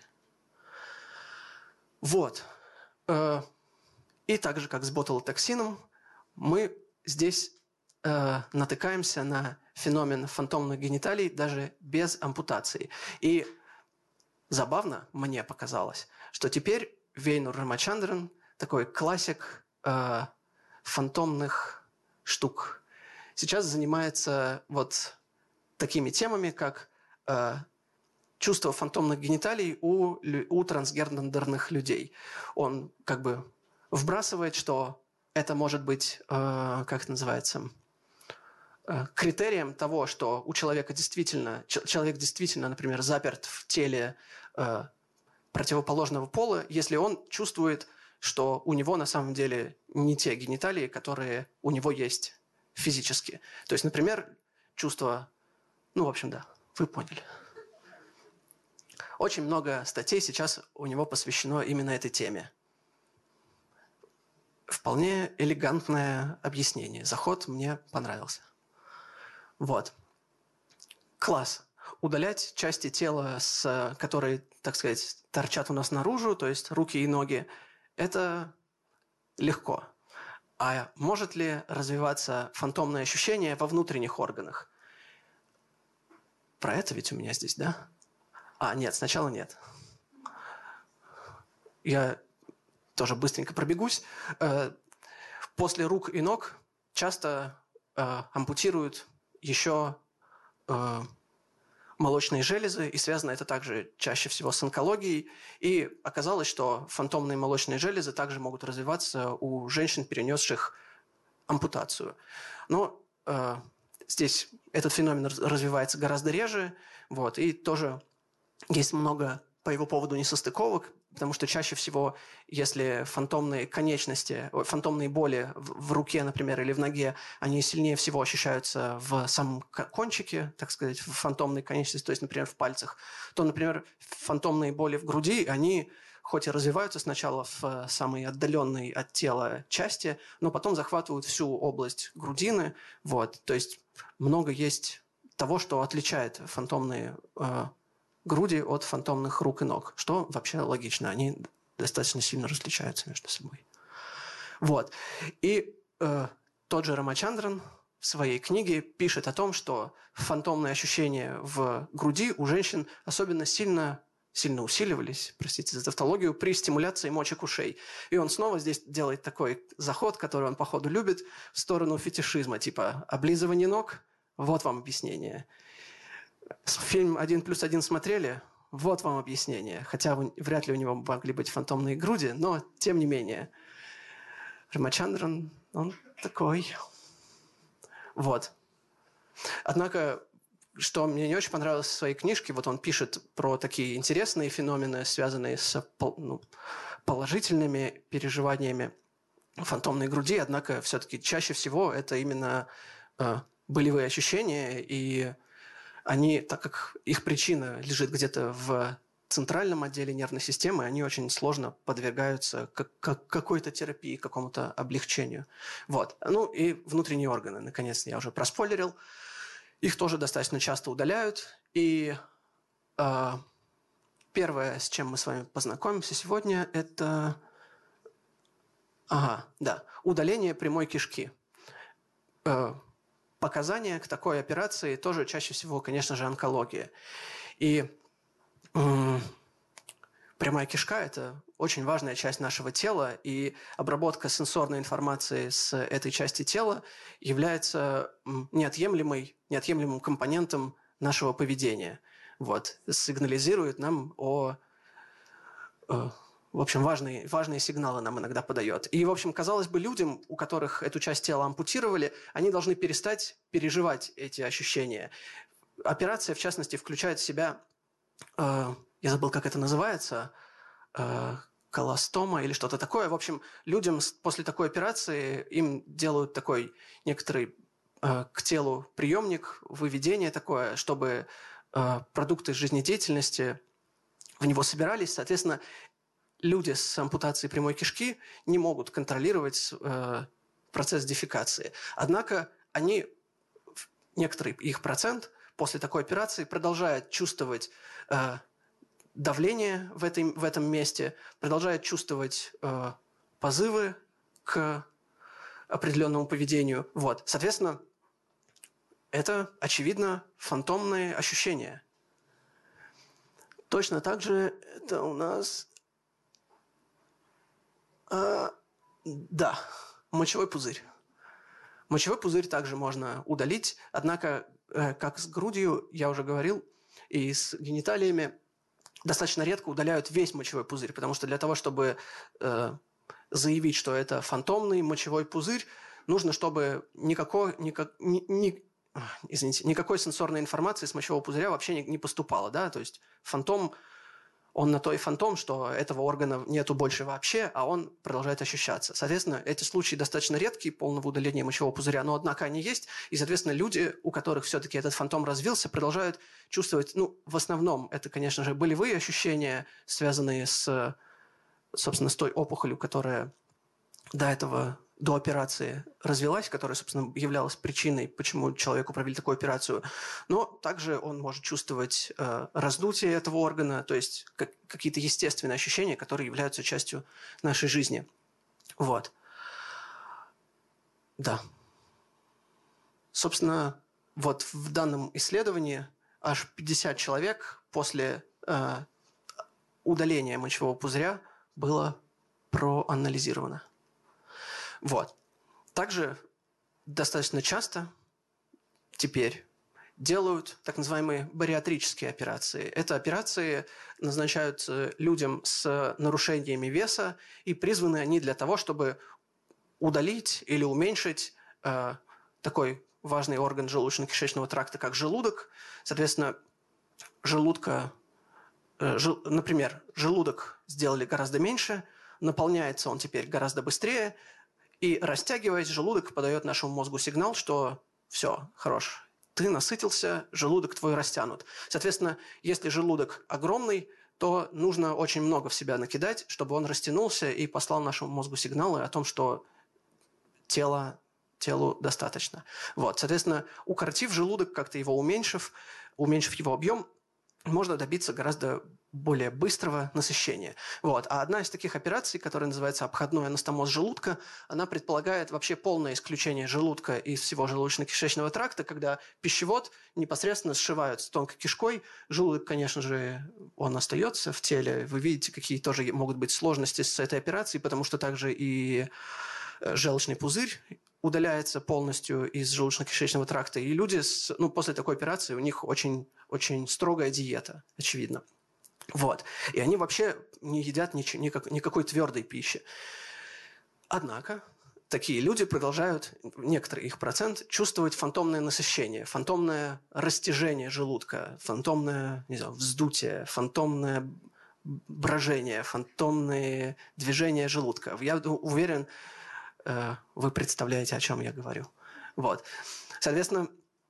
Вот. И так же, как с ботулотоксином, мы здесь э, натыкаемся на феномен фантомных гениталий даже без ампутации. И забавно мне показалось, что теперь Вейнур Рамачандран такой классик э, фантомных штук. Сейчас занимается вот такими темами, как э, чувство фантомных гениталий у, у трансгендерных людей. Он как бы вбрасывает, что это может быть, э, как это называется, э, критерием того, что у человека действительно, человек действительно, например, заперт в теле э, противоположного пола, если он чувствует, что у него на самом деле не те гениталии, которые у него есть физически. То есть, например, чувство, ну, в общем, да, вы поняли. Очень много статей сейчас у него посвящено именно этой теме. Вполне элегантное объяснение. Заход мне понравился. Вот. Класс. Удалять части тела, с, которые, так сказать, торчат у нас наружу, то есть руки и ноги, это легко. А может ли развиваться фантомное ощущение во внутренних органах? Про это ведь у меня здесь, да? А, нет, сначала нет. Я тоже быстренько пробегусь. После рук и ног часто ампутируют еще молочные железы, и связано это также чаще всего с онкологией. И оказалось, что фантомные молочные железы также могут развиваться у женщин, перенесших ампутацию. Но э, здесь этот феномен развивается гораздо реже, вот, и тоже есть много по его поводу несостыковок, потому что чаще всего, если фантомные конечности, фантомные боли в, в руке, например, или в ноге, они сильнее всего ощущаются в самом кончике, так сказать, в фантомной конечности, то есть, например, в пальцах, то, например, фантомные боли в груди, они хоть и развиваются сначала в самой отдаленной от тела части, но потом захватывают всю область грудины. Вот. То есть много есть того, что отличает фантомные э, груди от фантомных рук и ног, что вообще логично, они достаточно сильно различаются между собой. Вот. И э, тот же Рамачандран в своей книге пишет о том, что фантомные ощущения в груди у женщин особенно сильно, сильно усиливались, простите за тавтологию, при стимуляции мочек ушей. И он снова здесь делает такой заход, который он, походу, любит, в сторону фетишизма, типа облизывание ног, вот вам объяснение. Фильм «Один плюс один» смотрели? Вот вам объяснение. Хотя вряд ли у него могли быть фантомные груди, но тем не менее. Рамачандран, он такой. Вот. Однако, что мне не очень понравилось в своей книжке, вот он пишет про такие интересные феномены, связанные с ну, положительными переживаниями фантомной груди, однако все-таки чаще всего это именно э, болевые ощущения, и они, так как их причина лежит где-то в центральном отделе нервной системы, они очень сложно подвергаются как, как, какой-то терапии, какому-то облегчению. Вот. Ну и внутренние органы, наконец, я уже проспойлерил. Их тоже достаточно часто удаляют. И э, первое, с чем мы с вами познакомимся сегодня, это ага, да, удаление прямой кишки. Э, Показания к такой операции тоже чаще всего, конечно же, онкология. И м- прямая кишка – это очень важная часть нашего тела, и обработка сенсорной информации с этой части тела является неотъемлемой, неотъемлемым компонентом нашего поведения. Вот. Сигнализирует нам о… о В общем, важные, важные сигналы нам иногда подает. И, в общем, казалось бы, людям, у которых эту часть тела ампутировали, они должны перестать переживать эти ощущения. Операция, в частности, включает в себя, э, я забыл, как это называется, э, колостома или что-то такое. В общем, людям после такой операции им делают такой некоторый э, к телу приемник, выведение такое, чтобы э, продукты жизнедеятельности в него собирались. Соответственно, люди с ампутацией прямой кишки не могут контролировать э, процесс дефекации. Однако они, некоторый их процент после такой операции продолжает чувствовать э, давление в, этой, в этом месте, продолжает чувствовать э, позывы к определенному поведению. Вот. Соответственно, это, очевидно, фантомные ощущения. Точно так же это у нас... А, да, мочевой пузырь. Мочевой пузырь также можно удалить, однако, э, как с грудью, я уже говорил, и с гениталиями достаточно редко удаляют весь мочевой пузырь, потому что для того, чтобы э, заявить, что это фантомный мочевой пузырь, нужно, чтобы никакой, никак, ни, ни, извините, никакой сенсорной информации с мочевого пузыря вообще не, не поступало. Да? То есть фантом, он на то и фантом, что этого органа нету больше вообще, а он продолжает ощущаться. Соответственно, эти случаи достаточно редкие, полного удаления мочевого пузыря, но, однако, они есть. И, соответственно, люди, у которых все-таки этот фантом развился, продолжают чувствовать, ну, в основном, это, конечно же, болевые ощущения, связанные с, собственно, с той опухолью, которая до этого, до операции развилась, которая, собственно, являлась причиной, почему человеку провели такую операцию. Но также он может чувствовать э, раздутие этого органа, то есть как, какие-то естественные ощущения, которые являются частью нашей жизни. Вот. Да. Собственно, вот в данном исследовании аж пятьдесят человек после э, удаления мочевого пузыря было проанализировано. Вот. Также достаточно часто теперь делают так называемые бариатрические операции. Это операции назначаются людям с нарушениями веса, и призваны они для того, чтобы удалить или уменьшить э, такой важный орган желудочно-кишечного тракта, как желудок. Соответственно, желудка, э, жел, например, желудок сделали гораздо меньше, наполняется он теперь гораздо быстрее, и, растягиваясь, желудок подает нашему мозгу сигнал, что все, хорош, ты насытился, желудок твой растянут. Соответственно, если желудок огромный, то нужно очень много в себя накидать, чтобы он растянулся и послал нашему мозгу сигналы о том, что тело, телу достаточно. Вот, соответственно, укоротив желудок, как-то его уменьшив, уменьшив его объем, можно добиться гораздо более быстрого насыщения. Вот. А одна из таких операций, которая называется обходной анастомоз желудка, она предполагает вообще полное исключение желудка из всего желудочно-кишечного тракта, когда пищевод непосредственно сшивают с тонкой кишкой. Желудок, конечно же, он остается в теле. Вы видите, какие тоже могут быть сложности с этой операцией, потому что также и желчный пузырь удаляется полностью из желудочно-кишечного тракта. И люди с, ну, после такой операции у них очень, очень строгая диета, очевидно. Вот. И они вообще не едят ничего, никак, никакой твердой пищи. Однако такие люди продолжают, некоторый их процент, чувствовать фантомное насыщение, фантомное растяжение желудка, фантомное, не знаю, вздутие, фантомное брожение, фантомные движения желудка. Я уверен, вы представляете, о чем я говорю. Вот. Соответственно,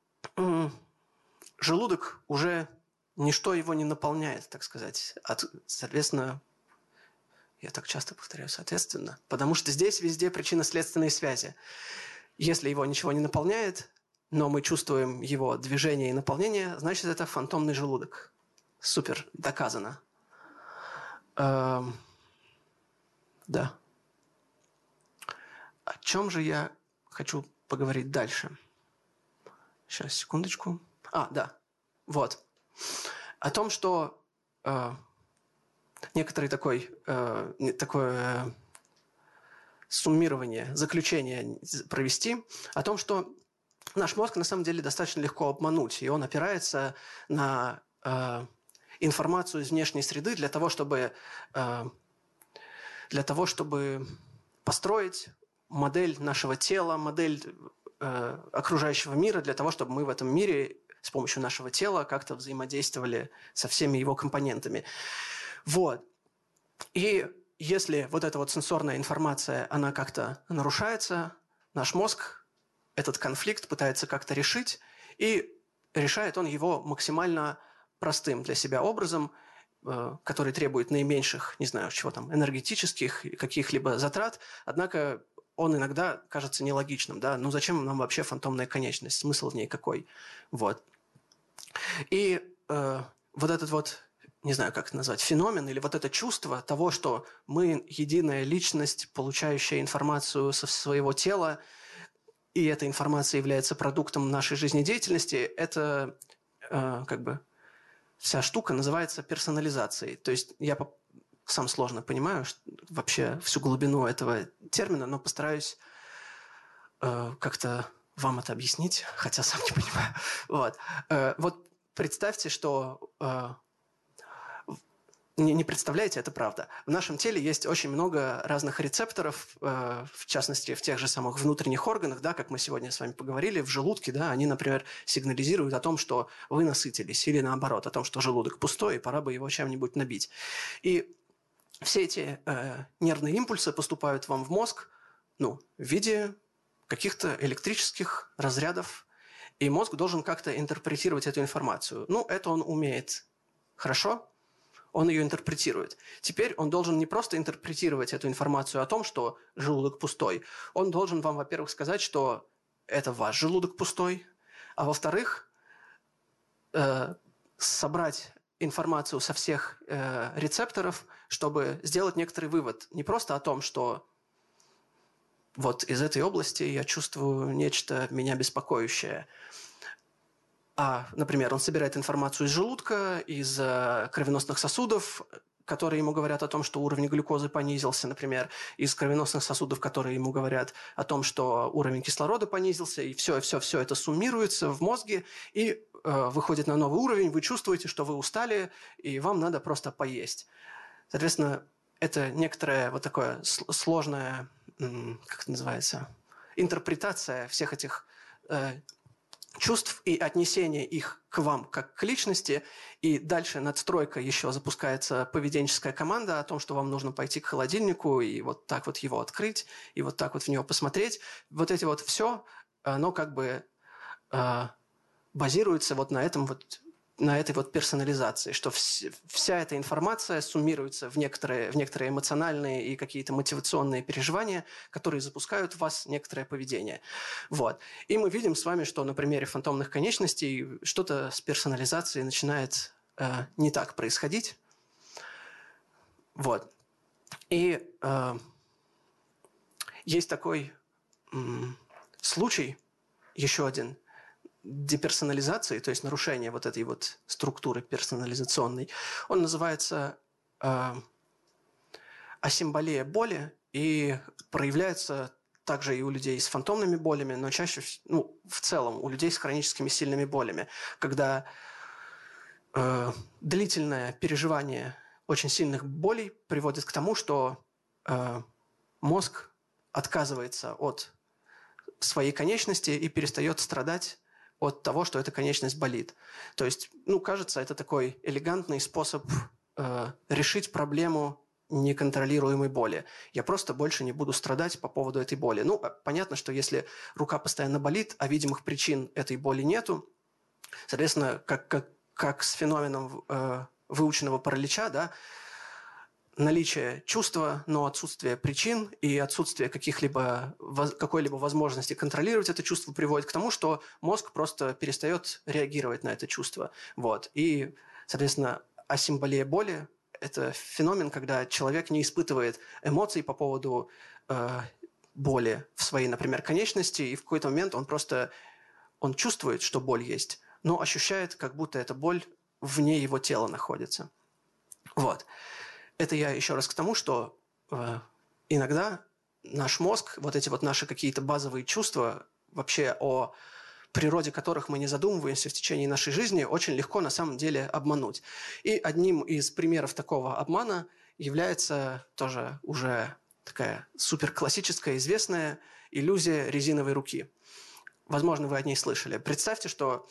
желудок уже ничто его не наполняет, так сказать. От, соответственно, я так часто повторяю, соответственно, потому что здесь везде причинно-следственные связи. Если его ничего не наполняет, но мы чувствуем его движение и наполнение, значит, это фантомный желудок. Супер, доказано. Эм, да. О чем же я хочу поговорить дальше? Сейчас, секундочку. А, да. Вот. О том, что э, некоторый такой, э, такое суммирование, заключение провести, о том, что наш мозг на самом деле достаточно легко обмануть, и он опирается на э, информацию из внешней среды для того, чтобы, э, для того, чтобы построить модель нашего тела, модель э, окружающего мира, для того, чтобы мы в этом мире с помощью нашего тела как-то взаимодействовали со всеми его компонентами. Вот. И если вот эта вот сенсорная информация, она как-то нарушается, наш мозг этот конфликт пытается как-то решить, и решает он его максимально простым для себя образом, э, который требует наименьших, не знаю, чего там, энергетических, каких-либо затрат, однако он иногда кажется нелогичным, да, ну зачем нам вообще фантомная конечность, смысл в ней какой, вот. И э, вот этот вот, не знаю, как это назвать, феномен или вот это чувство того, что мы единая личность, получающая информацию со своего тела, и эта информация является продуктом нашей жизнедеятельности, это э, как бы вся штука называется персонализацией. То есть я сам сложно понимаю что, вообще всю глубину этого термина, но постараюсь э, как-то вам это объяснить, хотя сам не понимаю. Вот, э, вот представьте, что... Э, Не, не представляете, это правда. В нашем теле есть очень много разных рецепторов, э, в частности, в тех же самых внутренних органах, да, как мы сегодня с вами поговорили, в желудке, да, они, например, сигнализируют о том, что вы насытились, или наоборот, о том, что желудок пустой, и пора бы его чем-нибудь набить. И все эти э, нервные импульсы поступают вам в мозг, ну, в виде каких-то электрических разрядов, и мозг должен как-то интерпретировать эту информацию. Ну, это он умеет хорошо, он ее интерпретирует. Теперь он должен не просто интерпретировать эту информацию о том, что желудок пустой. Он должен вам, во-первых, сказать, что это ваш желудок пустой, а во-вторых, э, собрать информацию со всех э, рецепторов, чтобы сделать некоторый вывод. Не просто о том, что вот из этой области я чувствую нечто меня беспокоящее, а, например, он собирает информацию из желудка, из э, кровеносных сосудов, которые ему говорят о том, что уровень глюкозы понизился, например, из кровеносных сосудов, которые ему говорят о том, что уровень кислорода понизился, и все, все, все это суммируется в мозге и э, выходит на новый уровень. Вы чувствуете, что вы устали, и вам надо просто поесть. Соответственно, это некоторая вот такое сложная, как это называется, интерпретация всех этих э, чувств и отнесение их к вам как к личности, и дальше надстройка еще запускается поведенческая команда о том, что вам нужно пойти к холодильнику и вот так вот его открыть, и вот так вот в него посмотреть. Вот эти вот все, оно как бы э, базируется вот на этом вот на этой вот персонализации, что вс- вся эта информация суммируется в некоторые, в некоторые эмоциональные и какие-то мотивационные переживания, которые запускают в вас некоторое поведение. Вот. И мы видим с вами, что на примере фантомных конечностей что-то с персонализацией начинает э, не так происходить. Вот. И э, есть такой э, случай, еще один, деперсонализации, то есть нарушение вот этой вот структуры персонализационной, он называется э, асимболия боли и проявляется также и у людей с фантомными болями, но чаще, ну, в целом у людей с хроническими сильными болями, когда э, длительное переживание очень сильных болей приводит к тому, что э, мозг отказывается от своей конечности и перестает страдать от того, что эта конечность болит. То есть, ну, кажется, это такой элегантный способ э, решить проблему неконтролируемой боли. Я просто больше не буду страдать по поводу этой боли. Ну, понятно, что если рука постоянно болит, а видимых причин этой боли нету, соответственно, как, как, как с феноменом э, выученного паралича, да, наличие чувства, но отсутствие причин и отсутствие каких-либо, какой-либо возможности контролировать это чувство приводит к тому, что мозг просто перестает реагировать на это чувство. Вот. И, соответственно, асимболия боли – это феномен, когда человек не испытывает эмоций по поводу э, боли в своей, например, конечности, и в какой-то момент он просто он чувствует, что боль есть, но ощущает, как будто эта боль вне его тела находится. Вот. Это я еще раз к тому, что э, иногда наш мозг, вот эти вот наши какие-то базовые чувства, вообще о природе которых мы не задумываемся в течение нашей жизни, очень легко на самом деле обмануть. И одним из примеров такого обмана является тоже уже такая суперклассическая, известная иллюзия резиновой руки. Возможно, вы о ней слышали. Представьте, что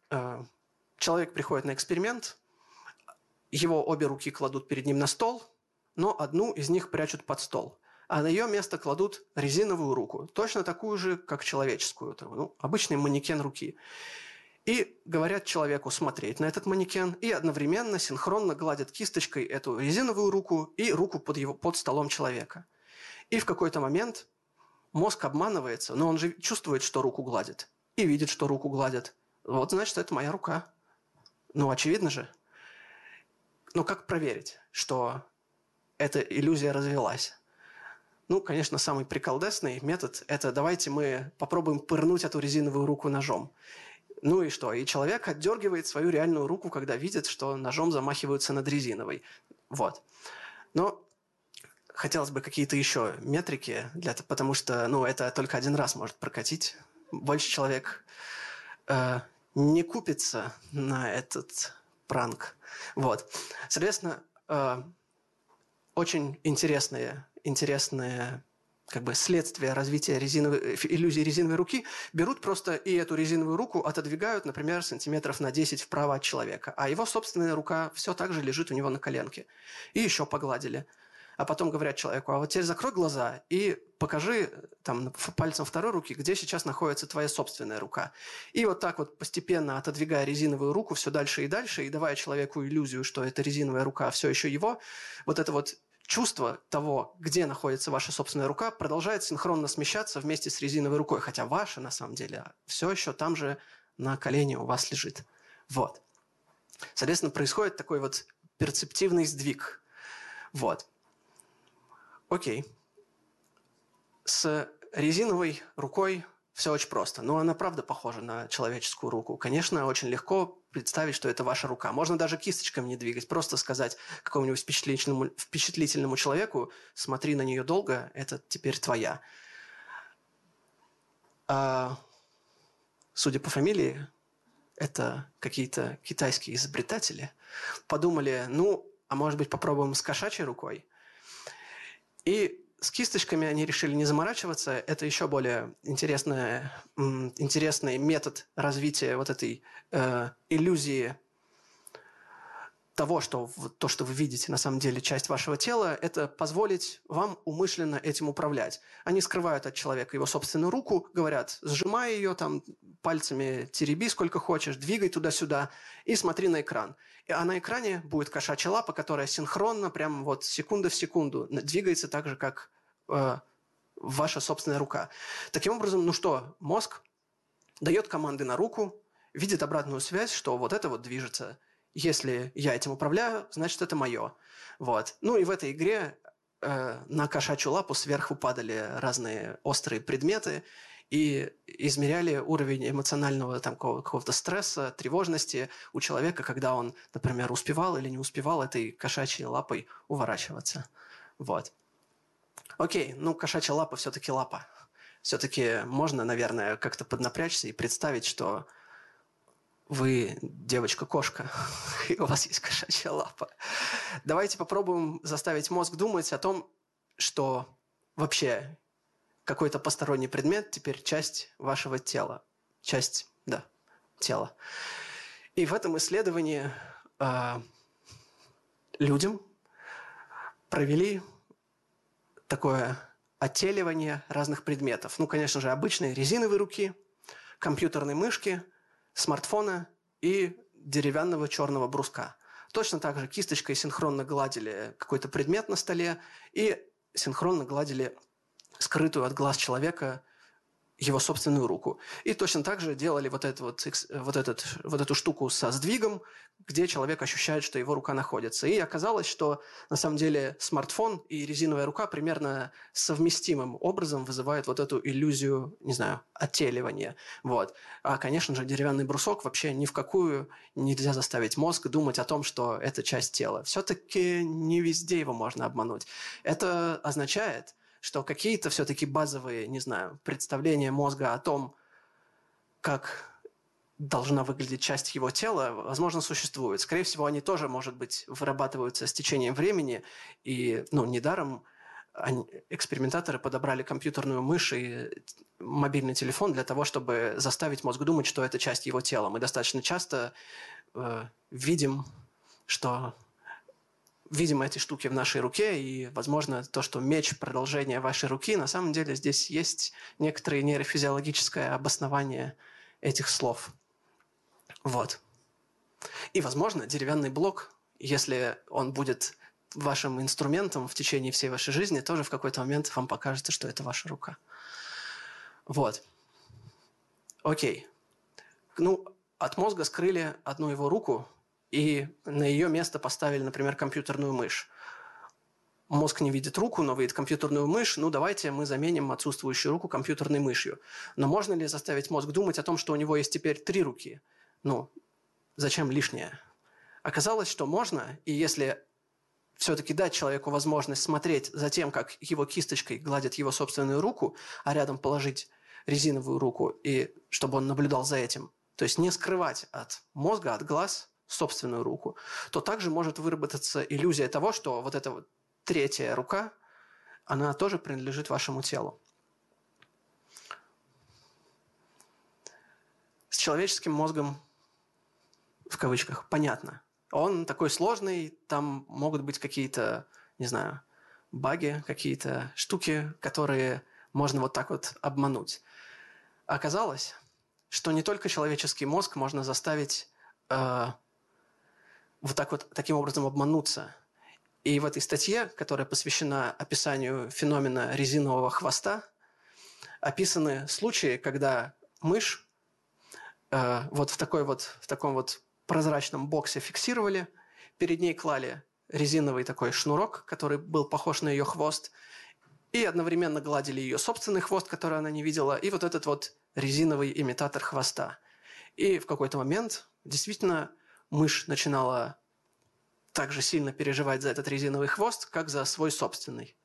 э, человек приходит на эксперимент, его обе руки кладут перед ним на стол, но одну из них прячут под стол, а на ее место кладут резиновую руку, точно такую же, как человеческую, ну, обычный манекен руки. И говорят человеку смотреть на этот манекен, и одновременно синхронно гладят кисточкой эту резиновую руку и руку под, его, под столом человека. И в какой-то момент мозг обманывается, но он же чувствует, что руку гладит, и видит, что руку гладят. Вот, значит, это моя рука. Ну, очевидно же. Но как проверить, что эта иллюзия развелась? Ну, конечно, самый приколдесный метод – это давайте мы попробуем пырнуть эту резиновую руку ножом. Ну и что? И человек отдергивает свою реальную руку, когда видит, что ножом замахиваются над резиновой. Вот. Но хотелось бы какие-то еще метрики, для, потому что ну, это только один раз может прокатить. Больше человек э, не купится на этот пранк. Вот. Соответственно, э, очень интересные, интересные как бы следствие развития резиновой, иллюзии резиновой руки, берут просто и эту резиновую руку отодвигают, например, сантиметров на десять вправо от человека, а его собственная рука все так же лежит у него на коленке. И еще погладили. А потом говорят человеку, а вот теперь закрой глаза и покажи там, пальцем второй руки, где сейчас находится твоя собственная рука. И вот так вот постепенно отодвигая резиновую руку все дальше и дальше, и давая человеку иллюзию, что эта резиновая рука все еще его, вот это вот чувство того, где находится ваша собственная рука, продолжает синхронно смещаться вместе с резиновой рукой, хотя ваша, на самом деле, все еще там же на колене у вас лежит. Вот. Соответственно, происходит такой вот перцептивный сдвиг. Вот. Окей. С резиновой рукой все очень просто. Но она правда похожа на человеческую руку. Конечно, очень легко представить, что это ваша рука. Можно даже кисточками не двигать. Просто сказать какому-нибудь впечатлительному, впечатлительному человеку, смотри на нее долго, это теперь твоя. А, судя по фамилии, это какие-то китайские изобретатели. Подумали, ну, а может быть попробуем с кошачьей рукой? И с кисточками они решили не заморачиваться. Это еще более интересный, интересный метод развития вот этой э, иллюзии того, что то, что вы видите, на самом деле часть вашего тела, это позволить вам умышленно этим управлять. Они скрывают от человека его собственную руку, говорят, сжимай ее там пальцами, тереби сколько хочешь, двигай туда-сюда и смотри на экран. А на экране будет кошачья лапа, которая синхронно, прям вот секунда в секунду, двигается так же, как э, ваша собственная рука. Таким образом, ну что, мозг дает команды на руку, видит обратную связь, что вот это вот движется. Если я этим управляю, значит, это мое. Вот. Ну и в этой игре э, на кошачью лапу сверху падали разные острые предметы и измеряли уровень эмоционального там, какого-то стресса, тревожности у человека, когда он, например, успевал или не успевал этой кошачьей лапой уворачиваться. Вот. Окей, ну кошачья лапа все-таки лапа. Все-таки можно, наверное, как-то поднапрячься и представить, что вы девочка-кошка, и у вас есть кошачья лапа. Давайте попробуем заставить мозг думать о том, что вообще какой-то посторонний предмет теперь часть вашего тела. Часть, да, тела. И в этом исследовании э, людям провели такое оттеливание разных предметов. Ну, конечно же, обычные резиновые руки, компьютерной мышки, смартфона и деревянного черного бруска. Точно так же кисточкой синхронно гладили какой-то предмет на столе и синхронно гладили скрытую от глаз человека его собственную руку. И точно так же делали вот, это вот, вот, этот, вот эту штуку со сдвигом, где человек ощущает, что его рука находится. И оказалось, что на самом деле смартфон и резиновая рука примерно совместимым образом вызывают вот эту иллюзию, не знаю, оттеливания. Вот. А, конечно же, деревянный брусок вообще ни в какую нельзя заставить мозг думать о том, что это часть тела. Все-таки не везде его можно обмануть. Это означает, что какие-то все-таки базовые, не знаю, представления мозга о том, как должна выглядеть часть его тела, возможно, существуют. Скорее всего, они тоже, может быть, вырабатываются с течением времени. И, ну, недаром они, экспериментаторы подобрали компьютерную мышь и мобильный телефон для того, чтобы заставить мозг думать, что это часть его тела. Мы достаточно часто э, видим, что видим эти штуки в нашей руке, и, возможно, то, что меч – продолжение вашей руки, на самом деле здесь есть некоторое нейрофизиологическое обоснование этих слов. Вот. И, возможно, деревянный блок, если он будет вашим инструментом в течение всей вашей жизни, тоже в какой-то момент вам покажется, что это ваша рука. Вот. Окей. Ну, от мозга скрыли одну его руку, и на ее место поставили, например, компьютерную мышь. Мозг не видит руку, но видит компьютерную мышь. Ну, давайте мы заменим отсутствующую руку компьютерной мышью. Но можно ли заставить мозг думать о том, что у него есть теперь три руки? Ну, зачем лишнее? Оказалось, что можно, и если все-таки дать человеку возможность смотреть за тем, как его кисточкой гладят его собственную руку, а рядом положить резиновую руку, и чтобы он наблюдал за этим, то есть не скрывать от мозга, от глаз собственную руку, то также может выработаться иллюзия того, что вот эта вот третья рука, она тоже принадлежит вашему телу. С человеческим мозгом, в кавычках, понятно. Он такой сложный, там могут быть какие-то, не знаю, баги, какие-то штуки, которые можно вот так вот обмануть. Оказалось, что не только человеческий мозг можно заставить э, вот так вот таким образом обмануться. И в этой статье, которая посвящена описанию феномена резинового хвоста, описаны случаи, когда мышь э, вот в такой вот в таком вот прозрачном боксе фиксировали, перед ней клали резиновый такой шнурок, который был похож на ее хвост, и одновременно гладили ее собственный хвост, который она не видела, и вот этот вот резиновый имитатор хвоста. И в какой-то момент действительно мышь начинала так же сильно переживать за этот резиновый хвост, как за свой собственный.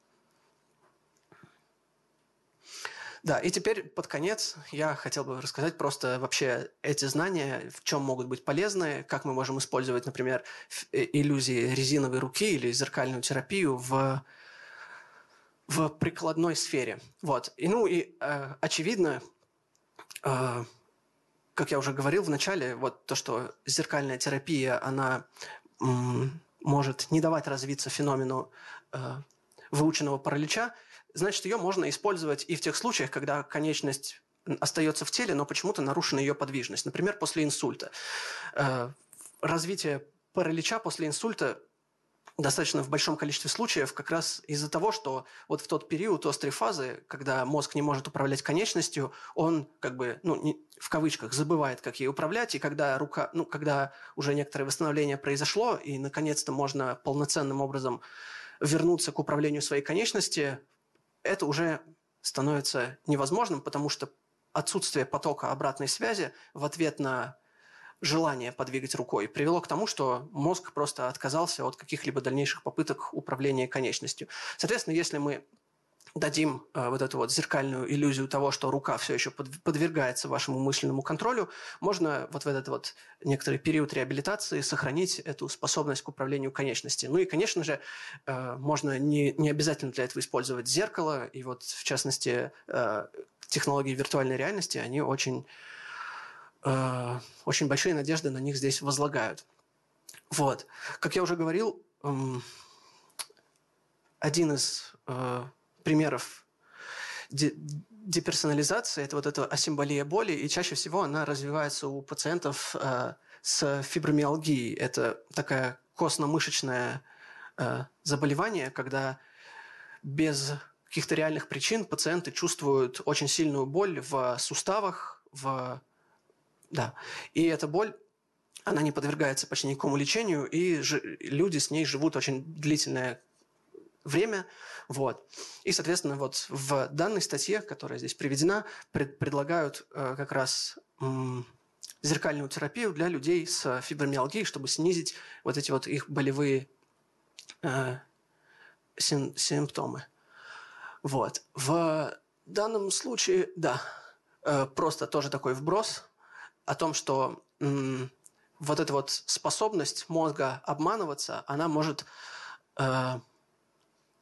Да, и теперь под конец я хотел бы рассказать просто вообще эти знания, в чем могут быть полезны, как мы можем использовать, например, иллюзии резиновой руки или зеркальную терапию в, в прикладной сфере. Вот. И, ну и э, очевидно, э, как я уже говорил в начале, вот то, что зеркальная терапия, она м, может не давать развиться феномену э, выученного паралича, значит, ее можно использовать и в тех случаях, когда конечность остается в теле, но почему-то нарушена ее подвижность. Например, после инсульта. Э, развитие паралича после инсульта достаточно в большом количестве случаев как раз из-за того, что вот в тот период острой фазы, когда мозг не может управлять конечностью, он как бы, ну, не, в кавычках, забывает, как ей управлять, и когда рука, ну, когда уже некоторое восстановление произошло, и наконец-то можно полноценным образом вернуться к управлению своей конечности, это уже становится невозможным, потому что отсутствие потока обратной связи в ответ на желание подвигать рукой привело к тому, что мозг просто отказался от каких-либо дальнейших попыток управления конечностью. Соответственно, если мы дадим э, вот эту вот зеркальную иллюзию того, что рука все еще под, подвергается вашему мысленному контролю, можно вот в этот вот некоторый период реабилитации сохранить эту способность к управлению конечностью. Ну и, конечно же, э, можно не, не обязательно для этого использовать зеркало, и вот, в частности, э, технологии виртуальной реальности, они очень, э, очень большие надежды на них здесь возлагают. Вот. Как я уже говорил, э, один из э, примеров деперсонализации – это вот эта асимболия боли, и чаще всего она развивается у пациентов э, с фибромиалгией. Это такая костно-мышечное э, заболевание, когда без каких-то реальных причин пациенты чувствуют очень сильную боль в суставах, в... да. И эта боль, она не подвергается почти никакому лечению, и ж... люди с ней живут очень длительное время. Вот. И, соответственно, вот в данной статье, которая здесь приведена, пред, предлагают э, как раз м, зеркальную терапию для людей с фибромиалгией, чтобы снизить вот эти вот их болевые э, сим, симптомы. Вот. В данном случае, да, э, просто тоже такой вброс о том, что м, вот эта вот способность мозга обманываться, она может... Э,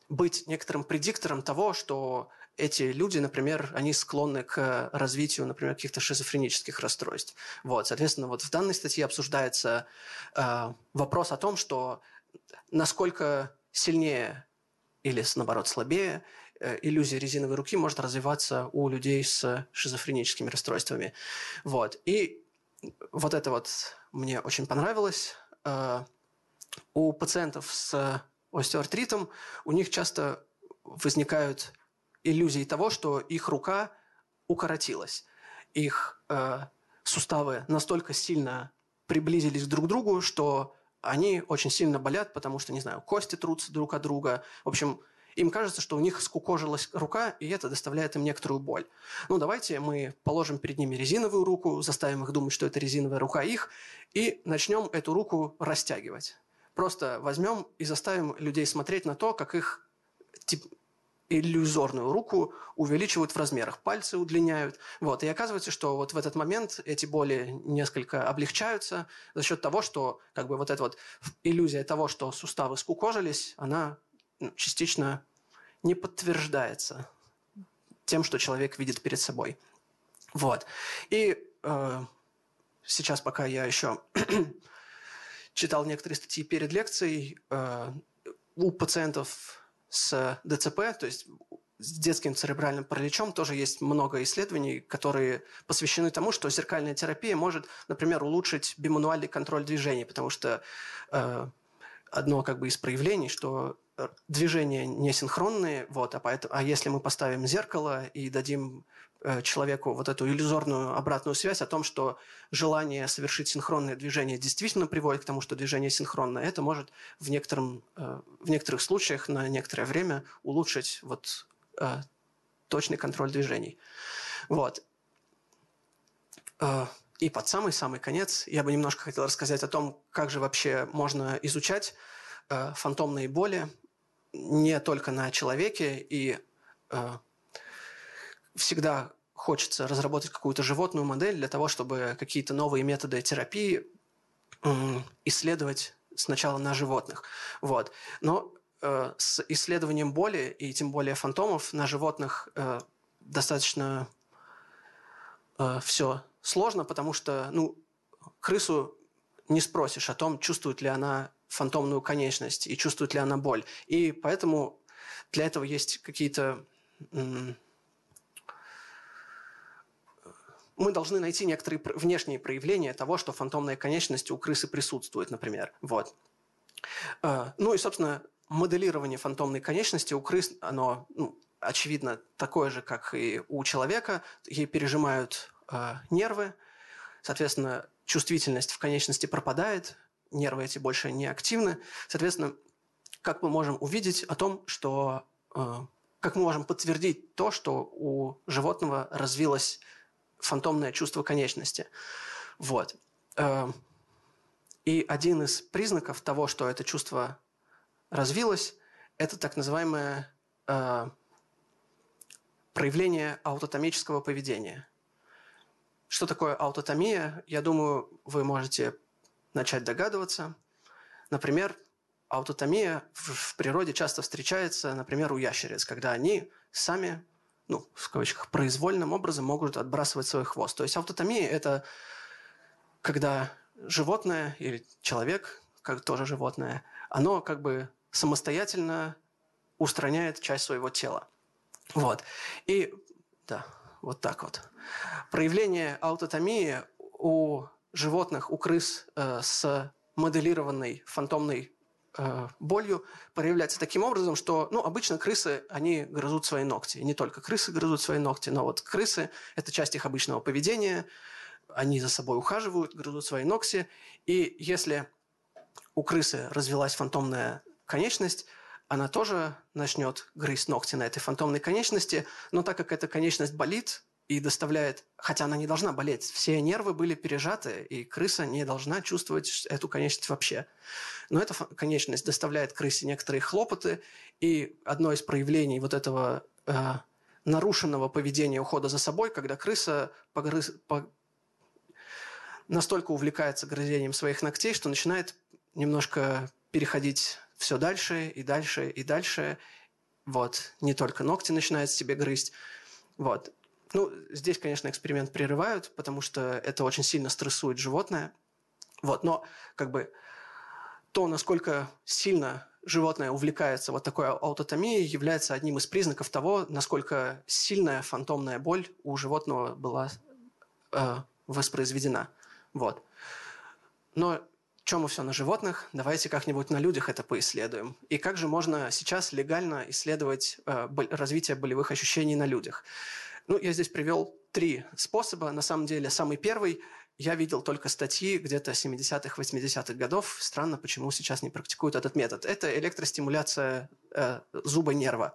быть некоторым предиктором того, что эти люди, например, они склонны к развитию, например, каких-то шизофренических расстройств. Вот, соответственно, вот в данной статье обсуждается э, вопрос о том, что насколько сильнее или, наоборот, слабее э, иллюзия резиновой руки может развиваться у людей с шизофреническими расстройствами. Вот. И вот это вот мне очень понравилось. Э, у пациентов с остеоартритом у них часто возникают иллюзии того, что их рука укоротилась. Их э, суставы настолько сильно приблизились друг к другу, что они очень сильно болят, потому что, не знаю, кости трутся друг от друга. В общем, им кажется, что у них скукожилась рука, и это доставляет им некоторую боль. Ну, давайте мы положим перед ними резиновую руку, заставим их думать, что это резиновая рука их, и начнем эту руку растягивать. Просто возьмем и заставим людей смотреть на то, как их тип, иллюзорную руку увеличивают в размерах, пальцы удлиняют. Вот. И оказывается, что вот в этот момент эти боли несколько облегчаются за счет того, что как бы вот эта вот иллюзия того, что суставы скукожились, она частично не подтверждается тем, что человек видит перед собой. Вот. И э, сейчас, пока я еще читал некоторые статьи перед лекцией, э, у пациентов с ДЦП, то есть с детским церебральным параличом, тоже есть много исследований, которые посвящены тому, что зеркальная терапия может, например, улучшить бимануальный контроль движений, потому что э, одно как бы из проявлений, что движения несинхронные, вот, а, поэтому, а если мы поставим зеркало и дадим э, человеку вот эту иллюзорную обратную связь о том, что желание совершить синхронное движение действительно приводит к тому, что движение синхронное, это может в, некотором, э, в некоторых случаях на некоторое время улучшить вот, э, точный контроль движений. Вот. Э, и под самый-самый конец я бы немножко хотел рассказать о том, как же вообще можно изучать э, фантомные боли не только на человеке, и э, всегда хочется разработать какую-то животную модель для того, чтобы какие-то новые методы терапии э, исследовать сначала на животных. Вот. Но э, с исследованием боли, и тем более фантомов, на животных э, достаточно э, все сложно, потому что ну, крысу не спросишь о том, чувствует ли она фантомную конечность и чувствует ли она боль. И поэтому для этого есть какие-то... М- мы должны найти некоторые внешние проявления того, что фантомная конечность у крысы присутствует, например. Вот. Ну и, собственно, моделирование фантомной конечности у крыс, оно, ну, очевидно, такое же, как и у человека. Ей пережимают э, нервы, соответственно, чувствительность в конечности пропадает, нервы эти больше не активны. Соответственно, как мы можем увидеть о том, что... Э, как мы можем подтвердить то, что у животного развилось фантомное чувство конечности. Вот. Э, и один из признаков того, что это чувство развилось, это так называемое э, проявление аутотомического поведения. Что такое аутотомия? Я думаю, вы можете начать догадываться. Например, аутотомия в, в природе часто встречается, например, у ящериц, когда они сами, ну, в кавычках, произвольным образом могут отбрасывать свой хвост. То есть аутотомия – это когда животное или человек, как тоже животное, оно как бы самостоятельно устраняет часть своего тела. Вот. И, да, вот так вот. Проявление аутотомии у животных, у крыс э, с моделированной фантомной э, болью проявляется таким образом, что, ну, обычно крысы, они грызут свои ногти. И не только крысы грызут свои ногти, но вот крысы – это часть их обычного поведения. Они за собой ухаживают, грызут свои ногти. И если у крысы развилась фантомная конечность, она тоже начнет грызть ногти на этой фантомной конечности, но так как эта конечность болит и доставляет, хотя она не должна болеть, все нервы были пережаты, и крыса не должна чувствовать эту конечность вообще. Но эта конечность доставляет крысе некоторые хлопоты, и одно из проявлений вот этого э, нарушенного поведения ухода за собой, когда крыса погрыз, по, настолько увлекается грызением своих ногтей, что начинает немножко переходить все дальше и дальше и дальше, вот, не только ногти начинает себе грызть, вот. Ну, здесь, конечно, эксперимент прерывают, потому что это очень сильно стрессует животное, вот, но как бы то, насколько сильно животное увлекается вот такой аутотомией, является одним из признаков того, насколько сильная фантомная боль у животного была э, воспроизведена. Вот. Но чем мы все на животных, давайте как-нибудь на людях это поисследуем. И как же можно сейчас легально исследовать э, бол- развитие болевых ощущений на людях? Ну, я здесь привел три способа. На самом деле, самый первый – я видел только статьи где-то семидесятых, восьмидесятых годов. Странно, почему сейчас не практикуют этот метод. Это электростимуляция э, зуба нерва.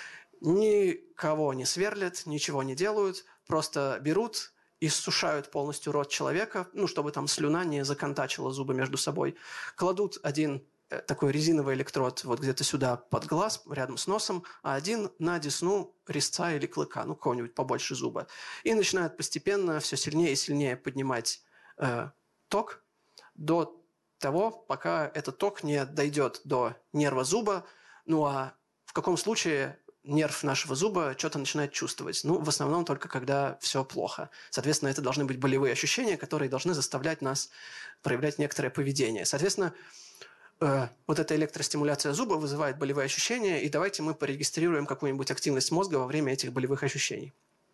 Никого не сверлят, ничего не делают, просто берут, иссушают полностью рот человека, ну, чтобы там слюна не законтачила зубы между собой. Кладут один э, такой резиновый электрод вот где-то сюда под глаз, рядом с носом, а один на десну резца или клыка, ну, какого-нибудь побольше зуба. И начинают постепенно все сильнее и сильнее поднимать э, ток до того, пока этот ток не дойдет до нерва зуба. Ну, а в каком случае нерв нашего зуба что-то начинает чувствовать? Ну, в основном только когда все плохо. Соответственно, это должны быть болевые ощущения, которые должны заставлять нас проявлять некоторое поведение. Соответственно, э, вот эта электростимуляция зуба вызывает болевые ощущения, и давайте мы порегистрируем какую-нибудь активность мозга во время этих болевых ощущений.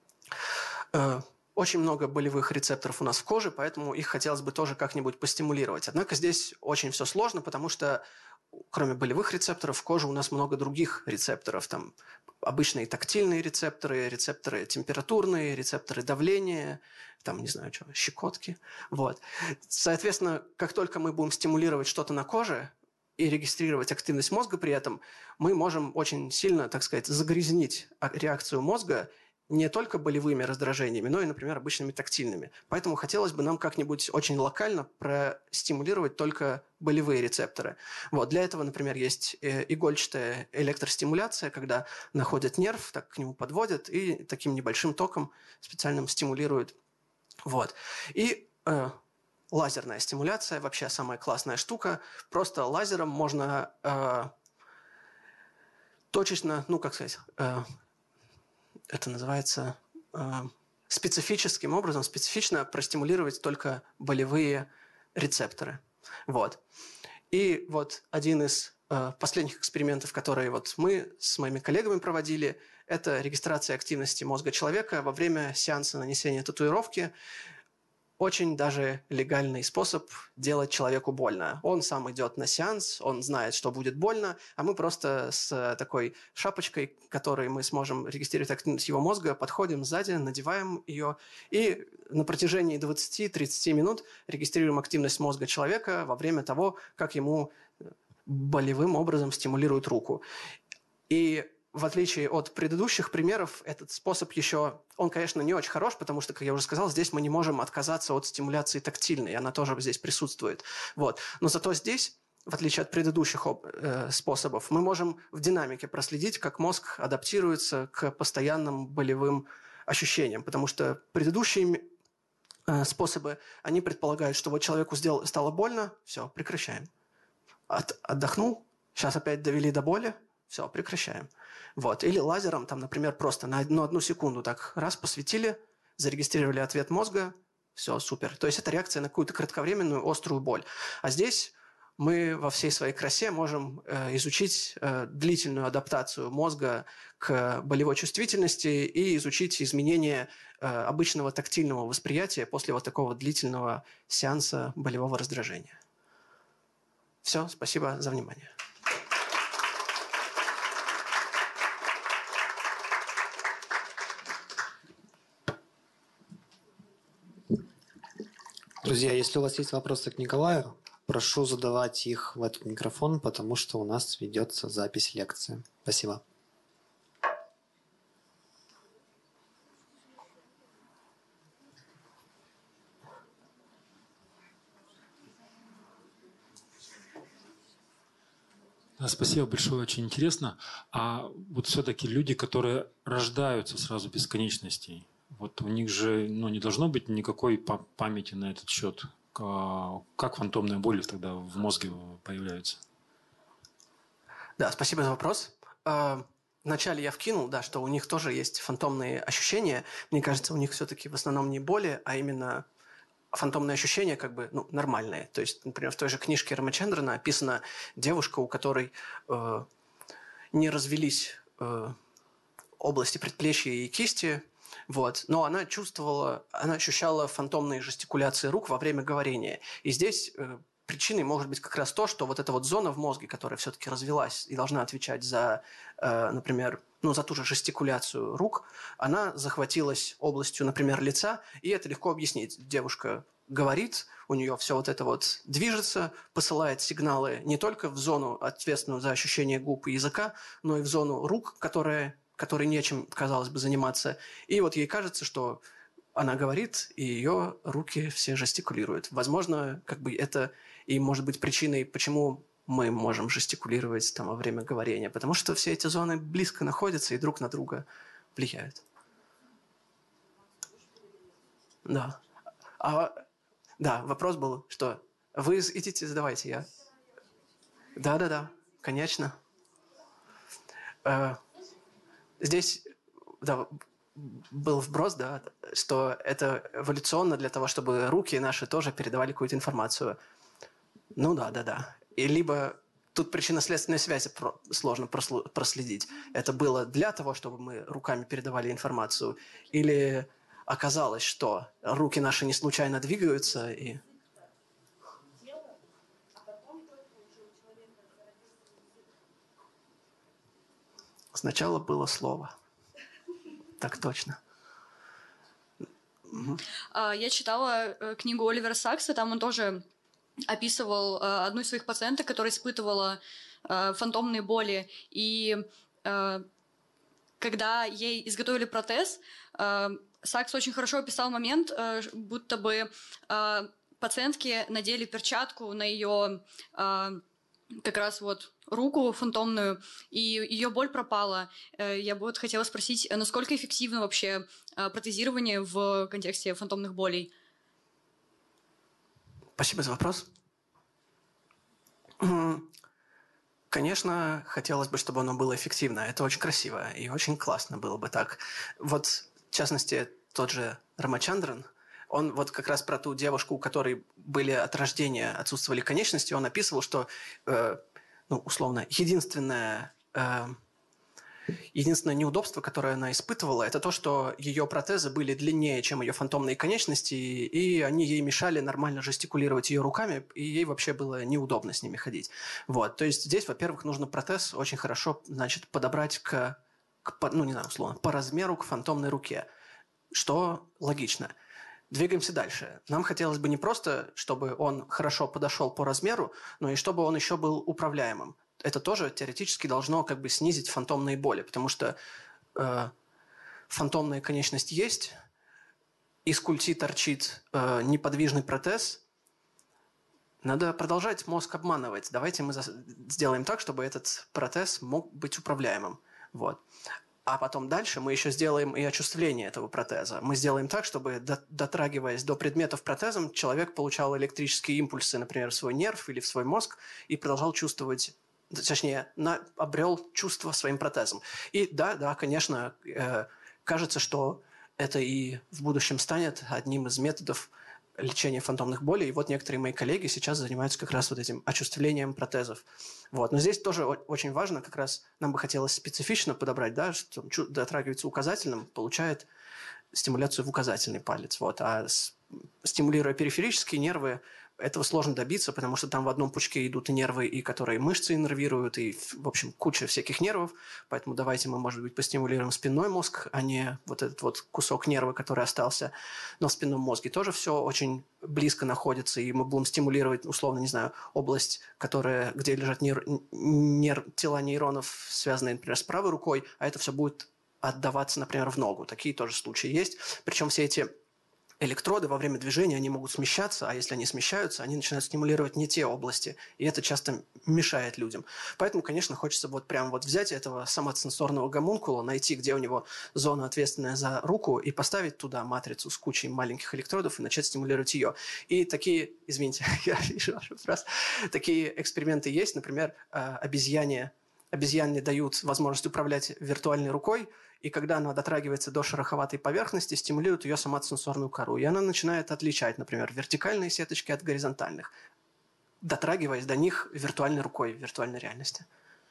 Э, Очень много болевых рецепторов у нас в коже, поэтому их хотелось бы тоже как-нибудь постимулировать. Однако здесь очень все сложно, потому что кроме болевых рецепторов в коже у нас много других рецепторов. Там обычные тактильные рецепторы, рецепторы температурные, рецепторы давления, там, не знаю, что, щекотки. Вот. Соответственно, как только мы будем стимулировать что-то на коже и регистрировать активность мозга при этом, мы можем очень сильно, так сказать, загрязнить реакцию мозга не только болевыми раздражениями, но и, например, обычными тактильными. Поэтому хотелось бы нам как-нибудь очень локально простимулировать только болевые рецепторы. Вот. Для этого, например, есть игольчатая электростимуляция, когда находят нерв, так к нему подводят и таким небольшим током специальным стимулируют. Вот. И э, лазерная стимуляция, вообще самая классная штука. Просто лазером можно э, точечно, ну, как сказать... Э, это называется э, специфическим образом, специфично простимулировать только болевые рецепторы. Вот. И вот один из э, последних экспериментов, которые вот мы с моими коллегами проводили, это регистрация активности мозга человека во время сеанса нанесения татуировки. Очень даже легальный способ делать человеку больно. Он сам идет на сеанс, он знает, что будет больно, а мы просто с такой шапочкой, которой мы сможем регистрировать активность его мозга, подходим сзади, надеваем ее и на протяжении двадцати-тридцати минут регистрируем активность мозга человека во время того, как ему болевым образом стимулируют руку. И в отличие от предыдущих примеров, этот способ еще, он, конечно, не очень хорош, потому что, как я уже сказал, здесь мы не можем отказаться от стимуляции тактильной, она тоже здесь присутствует. Вот. Но зато здесь, в отличие от предыдущих э, способов, мы можем в динамике проследить, как мозг адаптируется к постоянным болевым ощущениям, потому что предыдущие э, способы, они предполагают, что вот человеку сделал, стало больно, все, прекращаем. От, отдохнул, сейчас опять довели до боли, все, прекращаем. Вот. Или лазером, там, например, просто на одну, одну секунду так раз посветили, зарегистрировали ответ мозга, все, супер. То есть это реакция на какую-то кратковременную острую боль. А здесь мы во всей своей красе можем э, изучить э, длительную адаптацию мозга к болевой чувствительности и изучить изменения э, обычного тактильного восприятия после вот такого длительного сеанса болевого раздражения. Все, спасибо за внимание. Друзья, если у вас есть вопросы к Николаю, прошу задавать их в этот микрофон, потому что у нас ведется запись лекции. Спасибо. Спасибо большое, очень интересно. А вот все-таки люди, которые рождаются сразу без конечностей, вот у них же ну, не должно быть никакой памяти на этот счет. Как фантомные боли тогда в мозге появляются? Да, спасибо за вопрос. Вначале я вкинул, да, что у них тоже есть фантомные ощущения. Мне кажется, у них все-таки в основном не боли, а именно фантомные ощущения как бы ну, нормальные. То есть, например, в той же книжке Рамачандрана описана девушка, у которой э, не развелись э, области предплечья и кисти, вот, но она чувствовала, она ощущала фантомные жестикуляции рук во время говорения. И здесь э, причиной может быть как раз то, что вот эта вот зона в мозге, которая все-таки развилась и должна отвечать за, э, например, ну, за ту же жестикуляцию рук, она захватилась областью, например, лица, и это легко объяснить. Девушка говорит, у нее все вот это вот движется, посылает сигналы не только в зону, ответственную за ощущение губ и языка, но и в зону рук, которая, которой нечем, казалось бы, заниматься. И вот ей кажется, что она говорит, и ее руки все жестикулируют. Возможно, как бы это и может быть причиной, почему мы можем жестикулировать там во время говорения, потому что все эти зоны близко находятся и друг на друга влияют. Да. А, да, вопрос был, что вы идите, задавайте, я. Да-да-да, конечно. Э, здесь, да, был вброс, да, что это эволюционно для того, чтобы руки наши тоже передавали какую-то информацию. Ну да, да, да. И либо тут причинно-следственная связь про- сложно прослу- проследить. Это было для того, чтобы мы руками передавали информацию, или оказалось, что руки наши не случайно двигаются и... Сначала было слово. Так точно. Я читала книгу Оливера Сакса, там он тоже описывал одну из своих пациенток, которая испытывала фантомные боли. И когда ей изготовили протез, Сакс очень хорошо описал момент, будто бы пациентке надели перчатку на ее как раз вот руку фантомную, и ее боль пропала. Я бы вот хотела спросить, насколько эффективно вообще протезирование в контексте фантомных болей? Спасибо за вопрос. Конечно, хотелось бы, чтобы оно было эффективно. Это очень красиво и очень классно было бы так. Вот, в частности, тот же Рамачандран, он вот как раз про ту девушку, у которой были от рождения, отсутствовали конечности, он описывал, что, э, ну, условно, единственное, э, единственное неудобство, которое она испытывала, это то, что ее протезы были длиннее, чем ее фантомные конечности, и они ей мешали нормально жестикулировать ее руками, и ей вообще было неудобно с ними ходить. Вот. То есть здесь, во-первых, нужно протез очень хорошо, значит, подобрать к, к ну, не знаю, условно, по размеру к фантомной руке, что логично. Двигаемся дальше. Нам хотелось бы не просто, чтобы он хорошо подошел по размеру, но и чтобы он еще был управляемым. Это тоже теоретически должно как бы снизить фантомные боли, потому что э, фантомная конечность есть, из культи торчит э, неподвижный протез. Надо продолжать мозг обманывать. Давайте мы за- сделаем так, чтобы этот протез мог быть управляемым. Вот. А потом дальше мы еще сделаем и очувствление этого протеза. Мы сделаем так, чтобы, дотрагиваясь до предметов протезом, человек получал электрические импульсы, например, в свой нерв или в свой мозг, и продолжал чувствовать, точнее, на, обрел чувство своим протезом. И да, да, конечно, э, кажется, что это и в будущем станет одним из методов лечения фантомных болей. И вот некоторые мои коллеги сейчас занимаются как раз вот этим очувствлением протезов. Вот. Но здесь тоже очень важно, как раз нам бы хотелось специфично подобрать, да, что дотрагивается указательным, получает стимуляцию в указательный палец. Вот. А с, стимулируя периферические нервы, этого сложно добиться, потому что там в одном пучке идут и нервы, и которые мышцы иннервируют, и, в общем, куча всяких нервов. Поэтому давайте мы, может быть, постимулируем спинной мозг, а не вот этот вот кусок нерва, который остался. Но в спинном мозге тоже все очень близко находится, и мы будем стимулировать, условно, не знаю, область, которая, где лежат нейр... Нейр... тела нейронов, связанные, например, с правой рукой, а это все будет отдаваться, например, в ногу. Такие тоже случаи есть. Причем все эти электроды во время движения, они могут смещаться, а если они смещаются, они начинают стимулировать не те области, и это часто мешает людям. Поэтому, конечно, хочется вот прям вот взять этого самоценсорного гомункула, найти, где у него зона, ответственная за руку, и поставить туда матрицу с кучей маленьких электродов и начать стимулировать ее. И такие, извините, я вижу ваш вопрос, такие эксперименты есть, например, обезьяне обезьяне дают возможность управлять виртуальной рукой, и когда она дотрагивается до шероховатой поверхности, стимулирует ее соматосенсорную кору. И она начинает отличать, например, вертикальные сеточки от горизонтальных, дотрагиваясь до них виртуальной рукой в виртуальной реальности.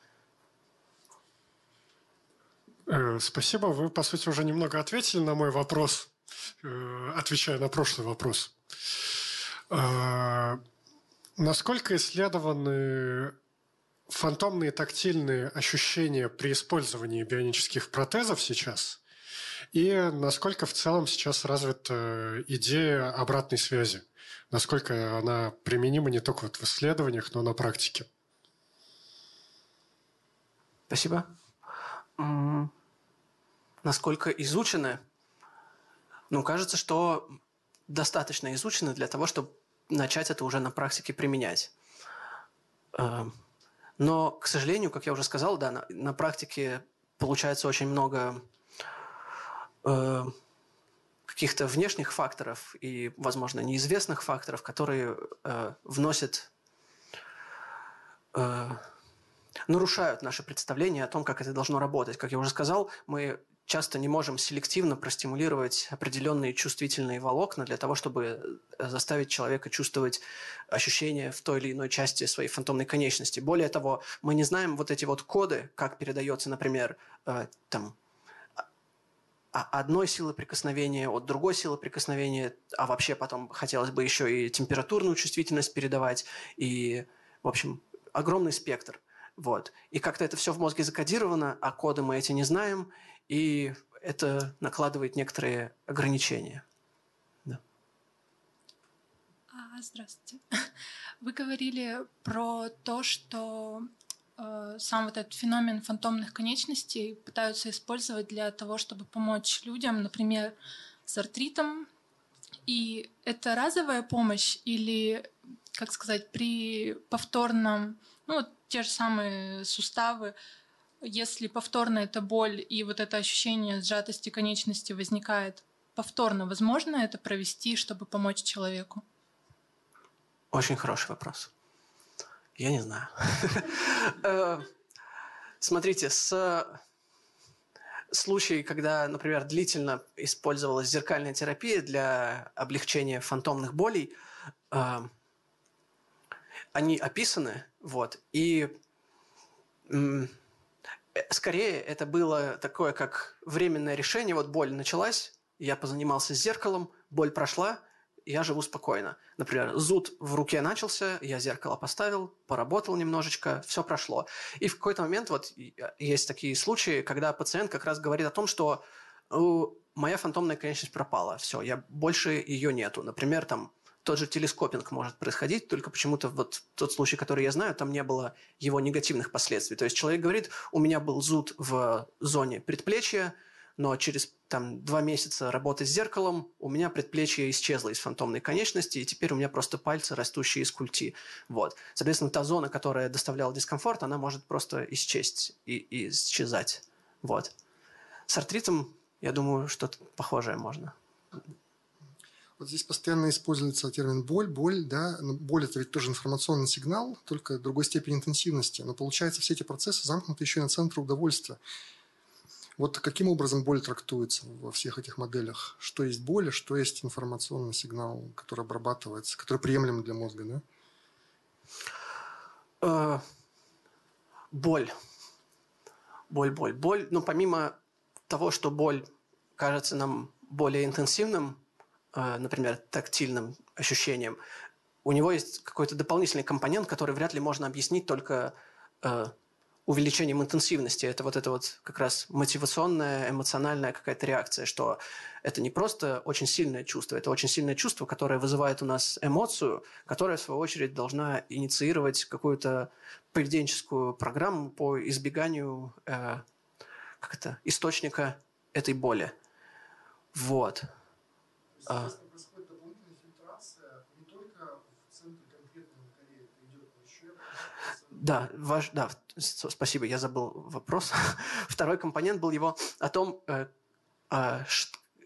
Спасибо. Вы, по сути, уже немного ответили на мой вопрос, отвечая на прошлый вопрос. Насколько исследованы фантомные тактильные ощущения при использовании бионических протезов сейчас? И насколько в целом сейчас развита идея обратной связи? Насколько она применима не только вот в исследованиях, но и на практике? Спасибо. М-м- насколько изучены? Ну, кажется, что достаточно изучены для того, чтобы начать это уже на практике применять. Но, к сожалению, как я уже сказал, да, на, на практике получается очень много э, каких-то внешних факторов и, возможно, неизвестных факторов, которые э, вносят, э, нарушают наше представление о том, как это должно работать. Как я уже сказал, мы часто не можем селективно простимулировать определенные чувствительные волокна для того, чтобы заставить человека чувствовать ощущения в той или иной части своей фантомной конечности. Более того, мы не знаем вот эти вот коды, как передается, например, э, там, одной силы прикосновения от другой силы прикосновения, а вообще потом хотелось бы еще и температурную чувствительность передавать, и, в общем, огромный спектр. Вот. И как-то это все в мозге закодировано, а коды мы эти не знаем, и это накладывает некоторые ограничения. Да. А, здравствуйте. Вы говорили про то, что э, сам вот этот феномен фантомных конечностей пытаются использовать для того, чтобы помочь людям, например, с артритом. И это разовая помощь или, как сказать, при повторном, ну, вот те же самые суставы, если повторно эта боль и вот это ощущение сжатости конечности возникает повторно, возможно это провести, чтобы помочь человеку? Очень хороший вопрос. Я не знаю. Смотрите, с случаи, когда, например, длительно использовалась зеркальная терапия для облегчения фантомных болей, они описаны, вот, и скорее это было такое, как временное решение. Вот боль началась, я позанимался с зеркалом, боль прошла, я живу спокойно. Например, зуд в руке начался, я зеркало поставил, поработал немножечко, все прошло. И в какой-то момент вот есть такие случаи, когда пациент как раз говорит о том, что моя фантомная конечность пропала, все, я больше ее нету. Например, там тот же телескопинг может происходить, только почему-то вот тот случай, который я знаю, там не было его негативных последствий. То есть человек говорит, у меня был зуд в зоне предплечья, но через там, два месяца работы с зеркалом у меня предплечье исчезло из фантомной конечности, и теперь у меня просто пальцы, растущие из культи. Вот. Соответственно, та зона, которая доставляла дискомфорт, она может просто исчезнуть и, и исчезать. Вот. С артритом, я думаю, что-то похожее можно. Вот здесь постоянно используется термин «боль». Боль, да, но боль – это ведь тоже информационный сигнал, только другой степени интенсивности. Но получается, все эти процессы замкнуты еще и на центр удовольствия. Вот каким образом боль трактуется во всех этих моделях? Что есть боль, а что есть информационный сигнал, который обрабатывается, который приемлем для мозга, да? Боль. Боль, боль, боль. Ну, помимо того, что боль кажется нам более интенсивным, например, тактильным ощущением, у него есть какой-то дополнительный компонент, который вряд ли можно объяснить только э, увеличением интенсивности. Это вот это вот как раз мотивационная, эмоциональная какая-то реакция, что это не просто очень сильное чувство, это очень сильное чувство, которое вызывает у нас эмоцию, которая, в свою очередь, должна инициировать какую-то поведенческую программу по избеганию э, как это, источника этой боли. Вот. Естественно, происходит дополнительная фильтрация не только в центре конкретной батареи, это идет еще. Да, ваш, да, спасибо, я забыл вопрос. Второй компонент был его о том,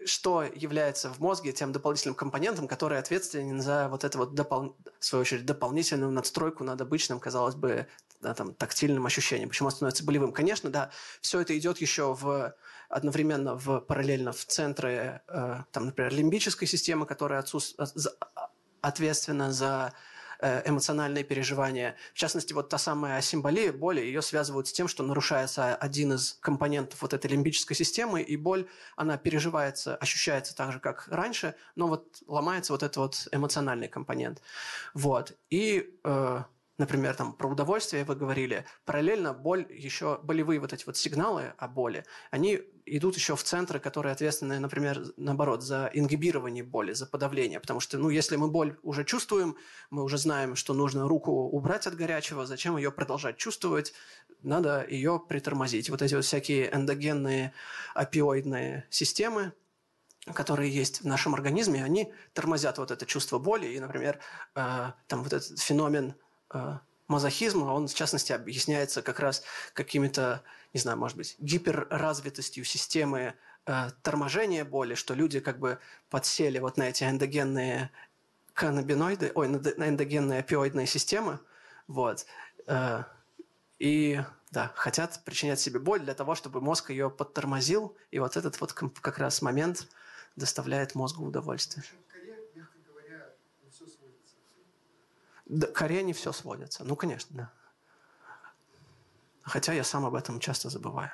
что является в мозге тем дополнительным компонентом, который ответственен за вот эту вот, допол... в свою очередь, дополнительную надстройку над обычным, казалось бы, да, там, тактильным ощущением. Почему оно становится болевым? Конечно, да, все это идет еще в, одновременно в, параллельно в центры, э, там, например, лимбической системы, которая отсутств... ответственна за эмоциональные переживания. В частности, вот та самая асимболия боли, ее связывают с тем, что нарушается один из компонентов вот этой лимбической системы, и боль, она переживается, ощущается так же, как раньше, но вот ломается вот этот вот эмоциональный компонент. Вот. И, э, например, там про удовольствие вы говорили, параллельно боль еще, болевые вот эти вот сигналы о боли, они идут еще в центры, которые ответственны, например, наоборот, за ингибирование боли, за подавление. Потому что, ну, если мы боль уже чувствуем, мы уже знаем, что нужно руку убрать от горячего, зачем ее продолжать чувствовать, надо ее притормозить. Вот эти вот всякие эндогенные опиоидные системы, которые есть в нашем организме, они тормозят вот это чувство боли. И, например, э, там вот этот феномен э, мазохизма, он, в частности, объясняется как раз какими-то, не знаю, может быть, гиперразвитостью системы э, торможения боли, что люди как бы подсели вот на эти эндогенные каннабиноиды, ой, на эндогенные опиоидные системы, вот, э, и, да, хотят причинять себе боль для того, чтобы мозг ее подтормозил, и вот этот вот как раз момент доставляет мозгу удовольствие. Да, к коре не все сводится. Ну, конечно, да. Хотя я сам об этом часто забываю.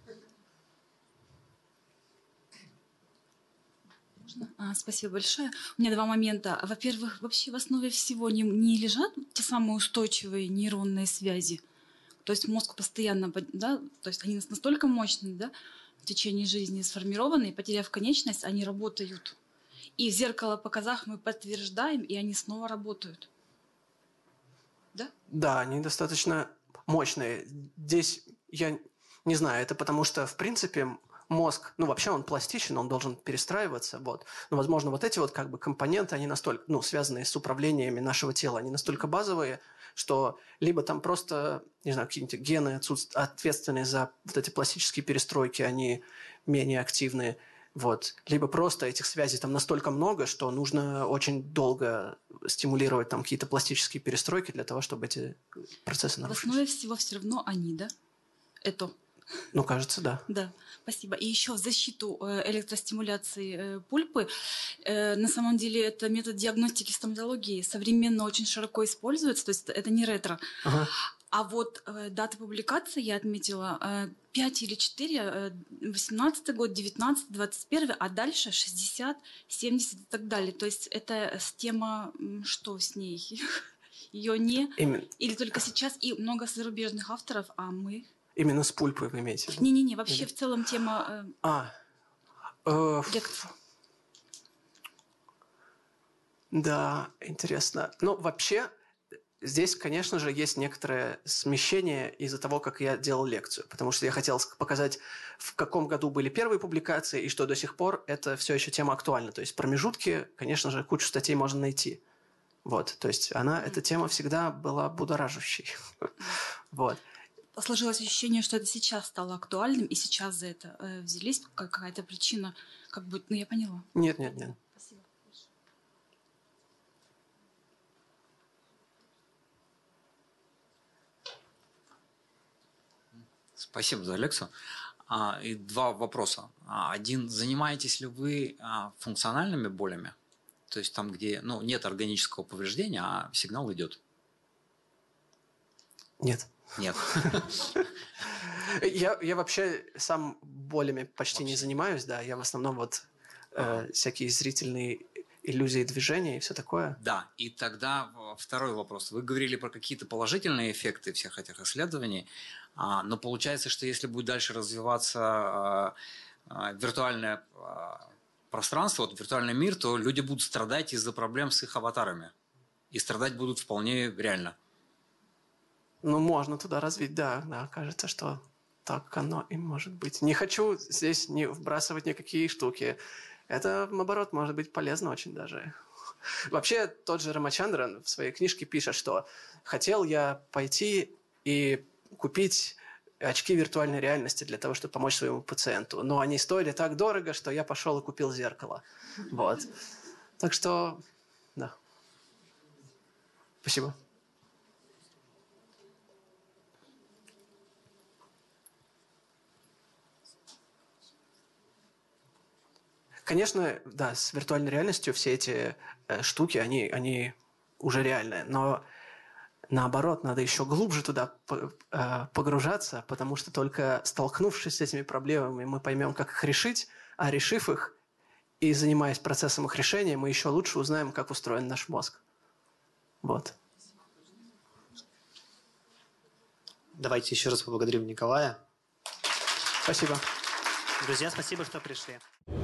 А, спасибо большое. У меня два момента. Во-первых, вообще в основе всего не, не лежат те самые устойчивые нейронные связи. То есть мозг постоянно, да, то есть они настолько мощные, да, в течение жизни сформированы, и потеряв конечность, они работают. И в зеркало показах мы подтверждаем, и они снова работают. Да? Да, они достаточно мощные. Здесь я не знаю, это потому что, в принципе, мозг, ну, вообще он пластичен, он должен перестраиваться, вот. Но, возможно, вот эти вот как бы компоненты, они настолько, ну, связанные с управлениями нашего тела, они настолько базовые, что либо там просто, не знаю, какие-нибудь гены ответственные за вот эти пластические перестройки, они менее активные, вот. Либо просто этих связей там настолько много, что нужно очень долго стимулировать там какие-то пластические перестройки для того, чтобы эти процессы нарушились. В основе всего все равно они, да? Это. Ну, кажется, да. Да, спасибо. И еще в защиту электростимуляции пульпы. На самом деле это метод диагностики стоматологии современно очень широко используется, то есть это не ретро. Ага. А вот даты публикации я отметила пять или четыре, восемнадцатый год, девятнадцатый, двадцать первый, а дальше шестьдесят, семьдесят и так далее. То есть это тема, что с ней? Ее не? Именно. Или только сейчас? И много зарубежных авторов, а мы... Именно с пульпой вы имеете в виду? Не-не-не, вообще Или... в целом тема э, а, э, лекций. Да, интересно. Ну, вообще, здесь, конечно же, есть некоторое смещение из-за того, как я делал лекцию. Потому что я хотел показать, в каком году были первые публикации, и что до сих пор это все еще тема актуальна. То есть промежутки, конечно же, кучу статей можно найти. Вот, то есть она, эта тема всегда была будоражащей. Вот. Сложилось ощущение, что это сейчас стало актуальным, и сейчас за это э, взялись, какая-то причина, как бы, ну, я поняла. Нет, нет, нет. Спасибо. Спасибо за лекцию. А, и два вопроса. Один, занимаетесь ли вы а, функциональными болями? То есть там, где ну, нет органического повреждения, а сигнал идет? Нет. Нет. Я, я вообще сам болями почти вообще. не занимаюсь, да. Я в основном вот э, всякие зрительные иллюзии движения и все такое. Да, и тогда второй вопрос. Вы говорили про какие-то положительные эффекты всех этих исследований, а, но получается, что если будет дальше развиваться а, а, виртуальное а, пространство, вот, виртуальный мир, то люди будут страдать из-за проблем с их аватарами. И страдать будут вполне реально. Ну, можно туда развить, да, да, кажется, что так оно и может быть. Не хочу здесь не вбрасывать никакие штуки. Это, наоборот, может быть полезно очень даже. Вообще, тот же Рамачандран в своей книжке пишет, что хотел я пойти и купить очки виртуальной реальности для того, чтобы помочь своему пациенту. Но они стоили так дорого, что я пошел и купил зеркало. Вот. Так что, да. Спасибо. Конечно, да, с виртуальной реальностью все эти э, штуки, они, они уже реальные, но наоборот, надо еще глубже туда э, погружаться, потому что только столкнувшись с этими проблемами, мы поймем, как их решить, а решив их и занимаясь процессом их решения, мы еще лучше узнаем, как устроен наш мозг. Вот. Давайте еще раз поблагодарим Николая. Спасибо. Друзья, спасибо, что пришли.